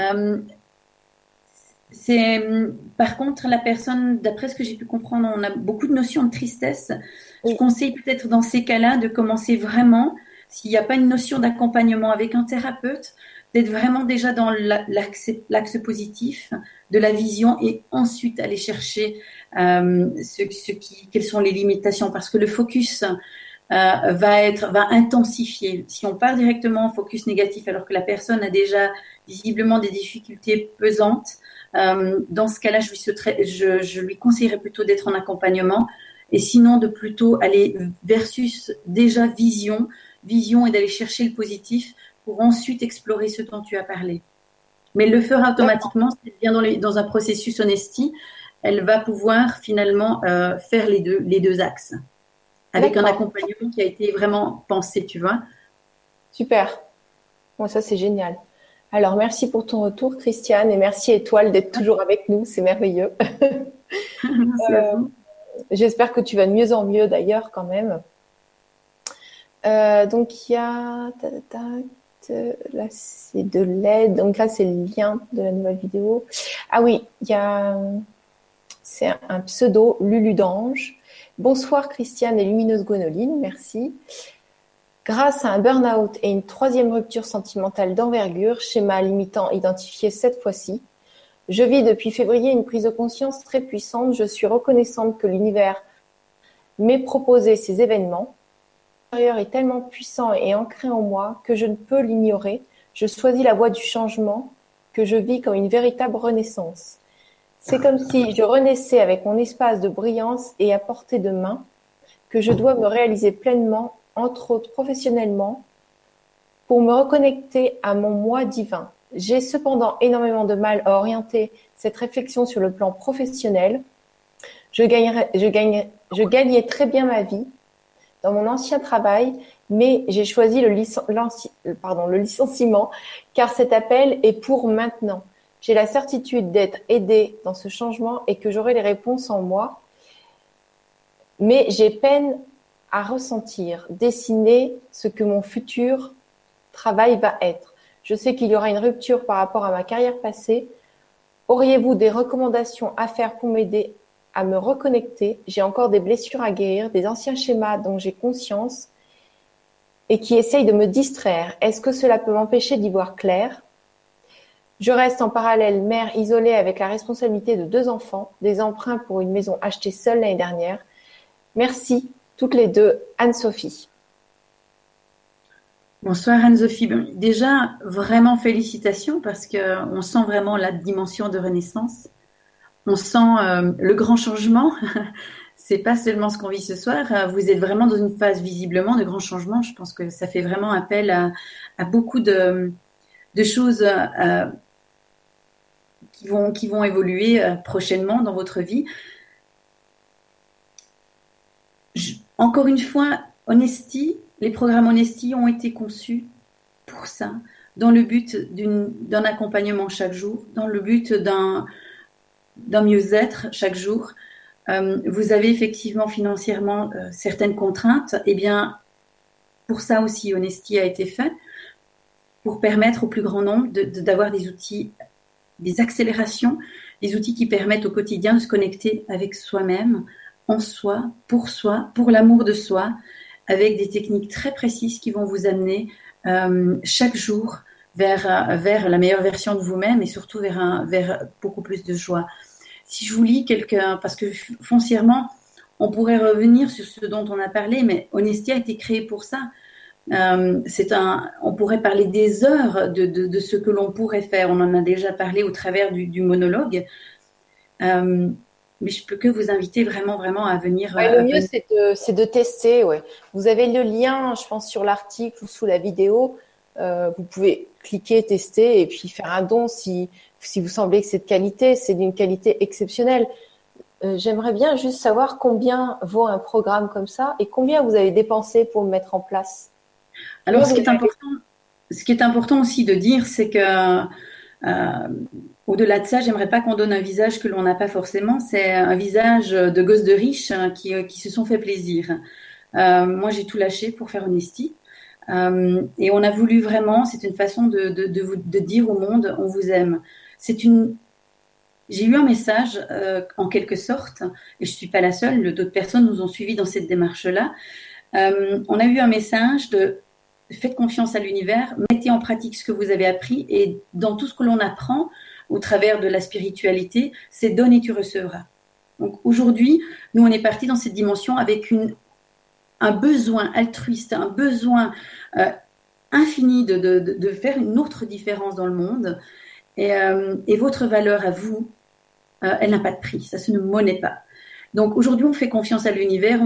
Par contre, la personne, d'après ce que j'ai pu comprendre, on a beaucoup de notions de tristesse. Oui. Je conseille peut-être dans ces cas-là de commencer vraiment, s'il n'y a pas une notion d'accompagnement avec un thérapeute, d'être vraiment déjà dans l'axe positif de la vision, et ensuite aller chercher quelles sont les limitations, parce que le focus va intensifier. Si on part directement en focus négatif alors que la personne a déjà visiblement des difficultés pesantes, dans ce cas-là, je lui conseillerais plutôt d'être en accompagnement, et sinon de plutôt aller versus déjà vision et d'aller chercher le positif pour ensuite explorer ce dont tu as parlé. Mais le fera automatiquement, c'est bien dans un processus Honesty, elle va pouvoir finalement faire les deux axes, avec un accompagnement qui a été vraiment pensé, tu vois. Super. Bon, ça, c'est génial. Alors, merci pour ton retour, Christiane, et merci Étoile d'être toujours avec nous, c'est merveilleux. Merci à vous. J'espère que tu vas de mieux en mieux d'ailleurs quand même. Donc, il y a... Là, c'est de l'aide. Donc là, c'est le lien de la nouvelle vidéo. Ah oui, c'est un pseudo, Lulu d'Ange. Bonsoir, Christiane et lumineuse Gwénoline, merci. Grâce à un burn-out et une 3e rupture sentimentale d'envergure, schéma limitant identifié cette fois-ci, je vis depuis février une prise de conscience très puissante. Je suis reconnaissante que l'univers m'ait proposé ces événements. L'intérieur est tellement puissant et ancré en moi que je ne peux l'ignorer. Je choisis la voie du changement que je vis comme une véritable renaissance. C'est comme si je renaissais avec mon espace de brillance et à portée de main, que je dois me réaliser pleinement, entre autres professionnellement, pour me reconnecter à mon moi divin. J'ai cependant énormément de mal à orienter cette réflexion sur le plan professionnel. Je gagnais très bien ma vie dans mon ancien travail, mais j'ai choisi le licenciement car cet appel est pour maintenant. J'ai la certitude d'être aidée dans ce changement et que j'aurai les réponses en moi, mais j'ai peine à ressentir, dessiner ce que mon futur travail va être. Je sais qu'il y aura une rupture par rapport à ma carrière passée. Auriez-vous des recommandations à faire pour m'aider à me reconnecter. J'ai encore des blessures à guérir, des anciens schémas dont j'ai conscience et qui essayent de me distraire. Est-ce que cela peut m'empêcher d'y voir clair? Je reste en parallèle mère isolée avec la responsabilité de 2 enfants, des emprunts pour une maison achetée seule l'année dernière. Merci, toutes les deux, Anne-Sophie. Bonsoir Anne-Sophie. Déjà, vraiment félicitations parce qu'on sent vraiment la dimension de renaissance. On sent le grand changement. C'est pas seulement ce qu'on vit ce soir. Vous êtes vraiment dans une phase visiblement de grand changement. Je pense que ça fait vraiment appel à beaucoup de choses qui vont évoluer prochainement dans votre vie. Encore une fois, Honesty, les programmes Honesty ont été conçus pour ça, dans le but d'un accompagnement chaque jour, dans le but d'un mieux-être chaque jour. Vous avez effectivement financièrement certaines contraintes. Eh bien, pour ça aussi, Honesty a été fait, pour permettre au plus grand nombre d'avoir des outils, des accélérations, des outils qui permettent au quotidien de se connecter avec soi-même, en soi, pour l'amour de soi, avec des techniques très précises qui vont vous amener chaque jour vers la meilleure version de vous-même et surtout vers beaucoup plus de joie. Si je vous lis parce que foncièrement, on pourrait revenir sur ce dont on a parlé, mais Honesty a été créé pour ça. On pourrait parler des heures de ce que l'on pourrait faire. On en a déjà parlé au travers du monologue. Mais je peux que vous inviter vraiment à venir. Ouais, le mieux, c'est de tester. Ouais. Vous avez le lien, je pense, sur l'article ou sous la vidéo. Vous pouvez cliquer, tester et puis faire un don si vous semblez que c'est de qualité. C'est d'une qualité exceptionnelle. J'aimerais bien juste savoir combien vaut un programme comme ça et combien vous avez dépensé pour le mettre en place. Alors, ce qui est important aussi de dire, c'est que au-delà de ça, j'aimerais pas qu'on donne un visage que l'on n'a pas forcément. C'est un visage de gosses de riches qui se sont fait plaisir. Moi, j'ai tout lâché pour faire Honesty. Et on a voulu vraiment, c'est une façon de dire au monde, on vous aime. J'ai eu un message en quelque sorte, et je suis pas la seule, d'autres personnes nous ont suivis dans cette démarche-là. On a eu un message de faites confiance à l'univers, mettez en pratique ce que vous avez appris, et dans tout ce que l'on apprend au travers de la spiritualité, c'est donne et tu recevras. Donc aujourd'hui, nous on est parti dans cette dimension avec un besoin altruiste, un besoin infini de faire une autre différence dans le monde, et votre valeur à vous, elle n'a pas de prix, ça se ne monnaie pas. Donc aujourd'hui, on fait confiance à l'univers,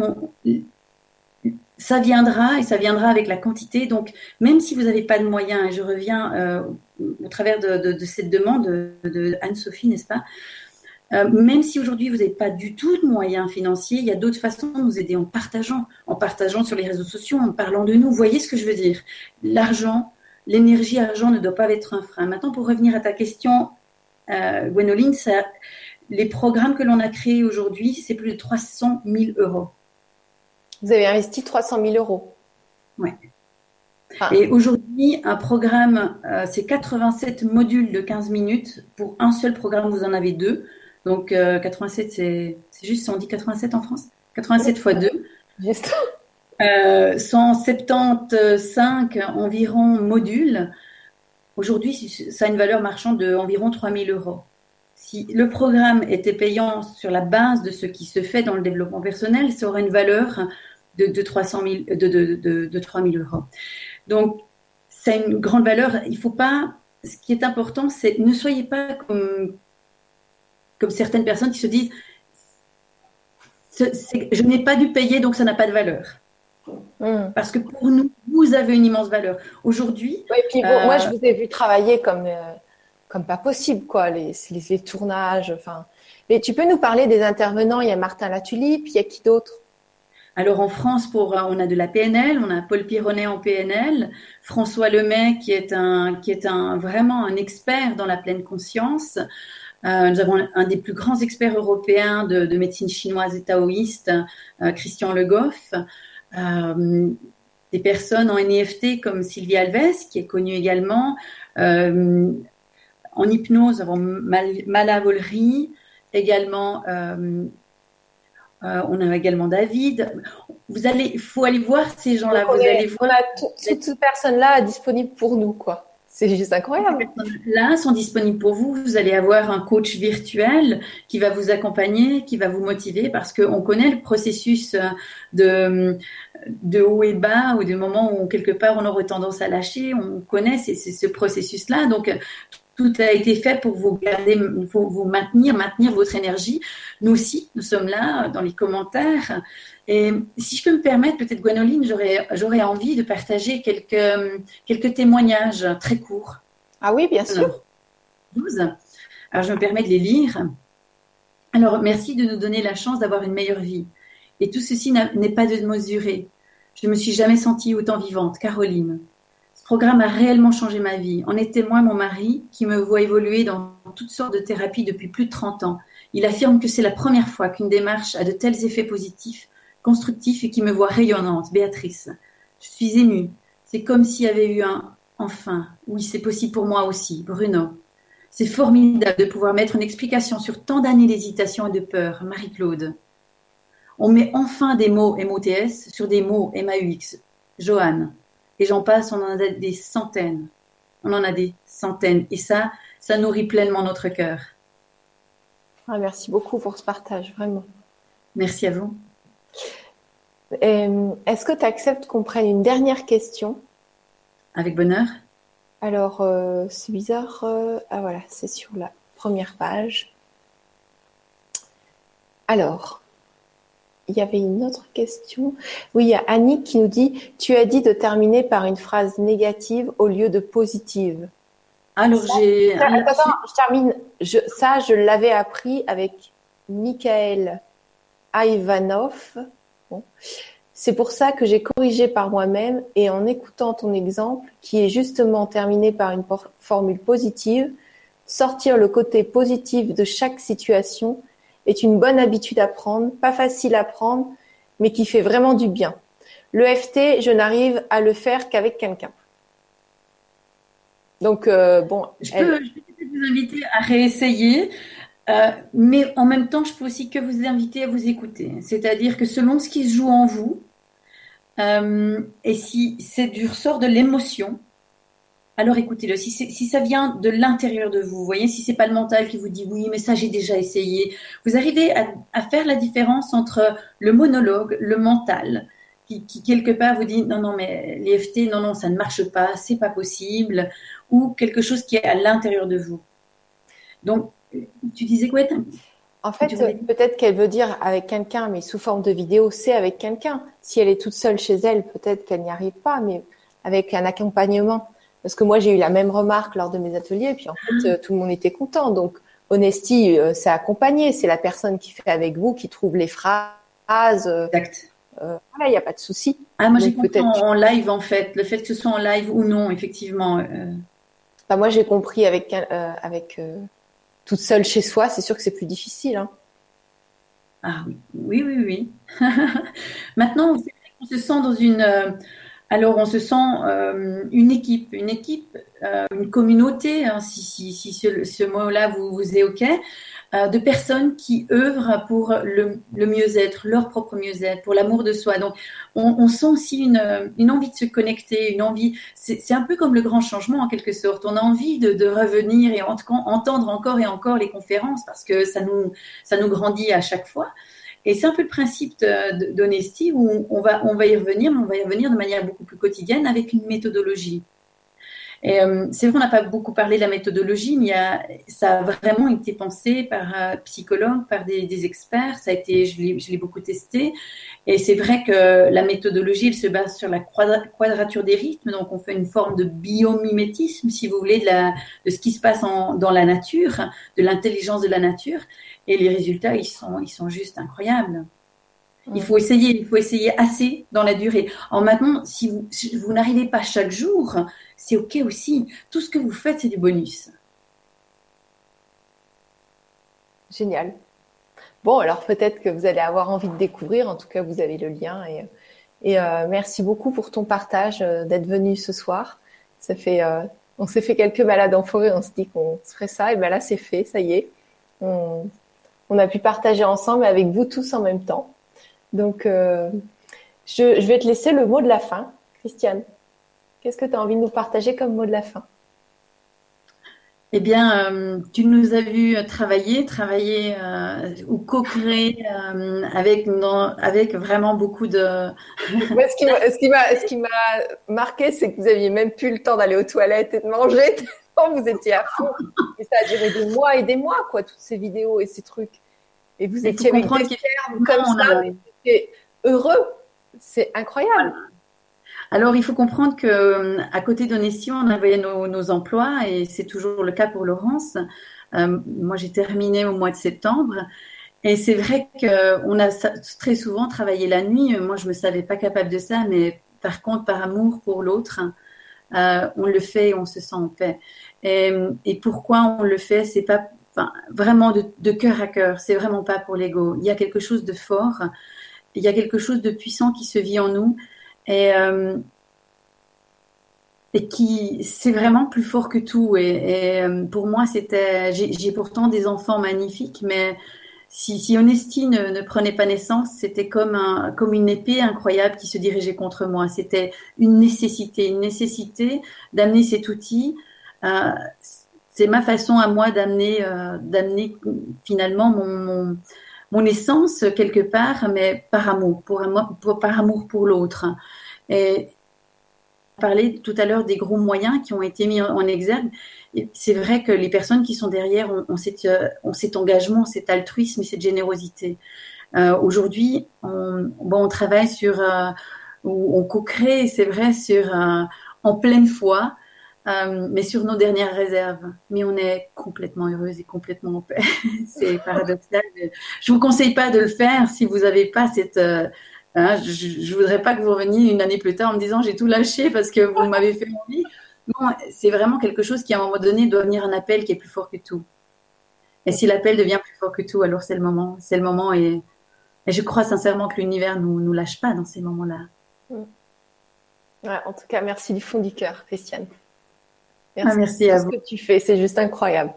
ça viendra et ça viendra avec la quantité. Donc même si vous n'avez pas de moyens, et je reviens au travers de cette demande de Anne-Sophie, n'est-ce pas? Même si aujourd'hui vous n'avez pas du tout de moyens financiers, il y a d'autres façons de nous aider en partageant sur les réseaux sociaux, en parlant de nous. Vous voyez ce que je veux dire? L'argent, l'énergie argent ne doit pas être un frein. Maintenant, pour revenir à ta question, Gwénoline, les programmes que l'on a créés aujourd'hui, c'est plus de 300 000 euros. Vous avez investi 300 000 euros. Ouais. Et aujourd'hui, un programme, c'est 87 modules de 15 minutes. Pour un seul programme, vous en avez 2. Donc, 87, c'est juste, on dit 87 en France? 87 fois 2. Juste. 175 environ modules. Aujourd'hui, ça a une valeur marchande d'environ 3 000 euros. Si le programme était payant sur la base de ce qui se fait dans le développement personnel, ça aurait une valeur de 300 000, de 3 000 euros. Donc, c'est une grande valeur. Il faut pas. Ce qui est important, c'est ne soyez pas comme certaines personnes qui se disent je n'ai pas dû payer, donc ça n'a pas de valeur. Parce que pour nous, vous avez une immense valeur. Aujourd'hui. Oui, et puis moi, je vous ai vu travailler comme pas possible, quoi. Les tournages. Enfin. Mais tu peux nous parler des intervenants? Il y a Martin Latulipe, il y a qui d'autre? Alors en France, on a de la PNL, on a Paul Pironnet en PNL, François Lemay qui est vraiment un expert dans la pleine conscience. Nous avons un des plus grands experts européens de médecine chinoise et taoïste, Christian Le Goff. Des personnes en NEFT comme Sylvie Alves, qui est connue également. En hypnose, nous avons Mala Volry, également On a également David. Il faut aller voir ces gens-là. Donc, Vous allez on voir. a toutes ces personnes-là disponibles pour nous, quoi. C'est juste incroyable. Ces personnes-là sont disponibles pour vous. Vous allez avoir un coach virtuel qui va vous accompagner, qui va vous motiver parce qu'on connaît le processus de haut et bas ou des moments où quelque part on aurait tendance à lâcher. On connaît ce processus-là. Donc, tout a été fait pour vous garder, pour vous maintenir votre énergie. Nous aussi, nous sommes là dans les commentaires. Et si je peux me permettre, peut-être Gwénoline, j'aurais envie de partager quelques témoignages très courts. Ah oui, bien sûr. 12. Alors, je me permets de les lire. Alors, merci de nous donner la chance d'avoir une meilleure vie. Et tout ceci n'est pas démesuré. Je ne me suis jamais sentie autant vivante. Caroline. Ce programme a réellement changé ma vie. En est témoin mon mari, qui me voit évoluer dans toutes sortes de thérapies depuis plus de 30 ans. Il affirme que c'est la première fois qu'une démarche a de tels effets positifs, constructifs et qui me voit rayonnante. Béatrice. Je suis émue. C'est comme s'il y avait eu un « enfin ». Oui, c'est possible pour moi aussi. Bruno. C'est formidable de pouvoir mettre une explication sur tant d'années d'hésitation et de peur. Marie-Claude. On met enfin des mots MOTS sur des mots MAUX. Joanne. Et j'en passe, on en a des centaines. On en a des centaines. Et ça nourrit pleinement notre cœur. Ah, merci beaucoup pour ce partage, vraiment. Merci à vous. Est-ce que tu acceptes qu'on prenne une dernière question? Avec bonheur. Alors, c'est bizarre. Ah voilà, c'est sur la première page. Alors, il y avait une autre question. Oui, il y a Annick qui nous dit « Tu as dit de terminer par une phrase négative au lieu de positive. » Alors, Attends, je termine. Ça, je l'avais appris avec Michael Ivanov. Bon. C'est pour ça que j'ai corrigé par moi-même et en écoutant ton exemple, qui est justement terminé par une formule positive, sortir le côté positif de chaque situation est une bonne habitude à prendre, pas facile à prendre, mais qui fait vraiment du bien. L'EFT, je n'arrive à le faire qu'avec quelqu'un. Donc, bon. Je peux peut-être vous inviter à réessayer, mais en même temps, je peux aussi que vous inviter à vous écouter. C'est-à-dire que selon ce qui se joue en vous, et si c'est du ressort de l'émotion, alors écoutez-le. Si ça vient de l'intérieur de vous, vous voyez, si c'est pas le mental qui vous dit oui, mais ça j'ai déjà essayé, vous arrivez à faire la différence entre le monologue, le mental, qui quelque part vous dit non, mais l'EFT, non, ça ne marche pas, c'est pas possible, ou quelque chose qui est à l'intérieur de vous. Donc, tu disais quoi? En fait, peut-être qu'elle veut dire avec quelqu'un, mais sous forme de vidéo, c'est avec quelqu'un. Si elle est toute seule chez elle, peut-être qu'elle n'y arrive pas, mais avec un accompagnement. Parce que moi, j'ai eu la même remarque lors de mes ateliers, et puis en fait, tout le monde était content. Donc, Honesty, c'est accompagné, c'est la personne qui fait avec vous, qui trouve les phrases. Exact. Voilà, il n'y a pas de souci. Ah, moi, j'ai compris en live, en fait. Le fait que ce soit en live ou non, effectivement. Bah, moi, j'ai compris avec toute seule chez soi, c'est sûr que c'est plus difficile. Hein. Ah oui. Maintenant, c'est vrai qu'on se sent dans une... alors, on se sent une équipe, une communauté, hein, si ce mot-là vous est OK, de personnes qui œuvrent pour le mieux-être, leur propre mieux-être, pour l'amour de soi. Donc, on sent aussi une envie de se connecter, une envie. C'est un peu comme le grand changement en quelque sorte. On a envie de revenir et entendre encore et encore les conférences parce que ça nous grandit à chaque fois. Et c'est un peu le principe d'Honesty où on va y revenir, mais on va y revenir de manière beaucoup plus quotidienne avec une méthodologie. Et c'est vrai qu'on n'a pas beaucoup parlé de la méthodologie, mais ça a vraiment été pensé par un psychologue, par des experts. Ça a été, je l'ai beaucoup testé. Et c'est vrai que la méthodologie, elle se base sur la quadrature des rythmes. Donc, on fait une forme de biomimétisme, si vous voulez, de ce qui se passe dans la nature, de l'intelligence de la nature. Et les résultats, ils sont juste incroyables. Il faut essayer assez dans la durée. Alors maintenant, si vous n'arrivez pas chaque jour, c'est OK aussi. Tout ce que vous faites, c'est du bonus. Génial. Bon, alors peut-être que vous allez avoir envie de découvrir. En tout cas, vous avez le lien. Et merci beaucoup pour ton partage, d'être venu ce soir. On s'est fait quelques balades en forêt. On se dit qu'on se ferait ça. Et ben là, c'est fait. Ça y est. On on a pu partager ensemble avec vous tous en même temps. Donc, je vais te laisser le mot de la fin. Christiane, qu'est-ce que tu as envie de nous partager comme mot de la fin? Eh bien, tu nous as vu travailler ou co-créer avec vraiment beaucoup de… Ouais, ce qui m'a marqué, c'est que vous aviez même plus le temps d'aller aux toilettes et de manger tellement vous étiez à fond. Et ça a duré des mois et des mois, quoi, toutes ces vidéos et ces trucs. Et vous étiez avec des termes comme ça, mais vous étiez heureux. C'est incroyable. Voilà. Alors, il faut comprendre que à côté d'Onession, on avait nos emplois et c'est toujours le cas pour Laurence. Moi, j'ai terminé au mois de septembre et c'est vrai qu'on a très souvent travaillé la nuit. Moi, je me savais pas capable de ça, mais par contre, par amour pour l'autre, on le fait et on se sent en paix. Et pourquoi on le fait? C'est pas vraiment de cœur à cœur. C'est vraiment pas pour l'ego. Il y a quelque chose de fort. Il y a quelque chose de puissant qui se vit en nous. Et qui c'est vraiment plus fort que tout et pour moi j'ai pourtant des enfants magnifiques mais si Honesty ne prenait pas naissance, c'était comme une épée incroyable qui se dirigeait contre moi. C'était une nécessité d'amener cet outil. C'est ma façon à moi d'amener finalement mon essence quelque part, mais par amour pour l'autre. Et on parlait tout à l'heure des gros moyens qui ont été mis en exergue. Et c'est vrai que les personnes qui sont derrière ont cet engagement, cet altruisme et cette générosité. Aujourd'hui, on travaille on co-crée, c'est vrai, en pleine foi, mais sur nos dernières réserves. Mais on est complètement heureuse et complètement en paix. C'est paradoxal. Je vous conseille pas de le faire si vous n'avez pas cette… je voudrais pas que vous reveniez une année plus tard en me disant j'ai tout lâché parce que vous m'avez fait envie. Non, c'est vraiment quelque chose qui à un moment donné doit venir un appel qui est plus fort que tout. Et si l'appel devient plus fort que tout, alors c'est le moment et je crois sincèrement que l'univers nous lâche pas dans ces moments-là. Ouais, en tout cas, merci du fond du cœur, Christiane. Merci à vous. Ce que tu fais, c'est juste incroyable.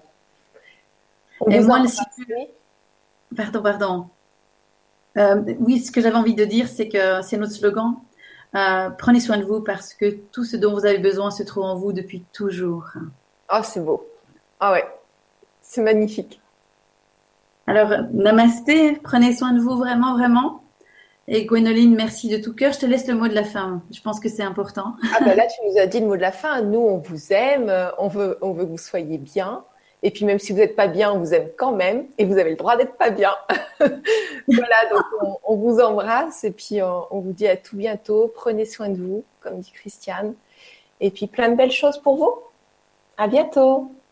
Et moi, Pardon. Oui, ce que j'avais envie de dire, c'est que c'est notre slogan. Prenez soin de vous parce que tout ce dont vous avez besoin se trouve en vous depuis toujours. Oh, c'est beau. Ah ouais, c'est magnifique. Alors, namasté, prenez soin de vous vraiment, vraiment. Et Gwénoline, merci de tout cœur. Je te laisse le mot de la fin. Je pense que c'est important. Ah ben là, tu nous as dit le mot de la fin. Nous, on vous aime, on veut que vous soyez bien. Et puis même si vous n'êtes pas bien, on vous aime quand même. Et vous avez le droit d'être pas bien. Voilà, donc on vous embrasse. Et puis on vous dit à tout bientôt. Prenez soin de vous, comme dit Christiane. Et puis plein de belles choses pour vous. À bientôt.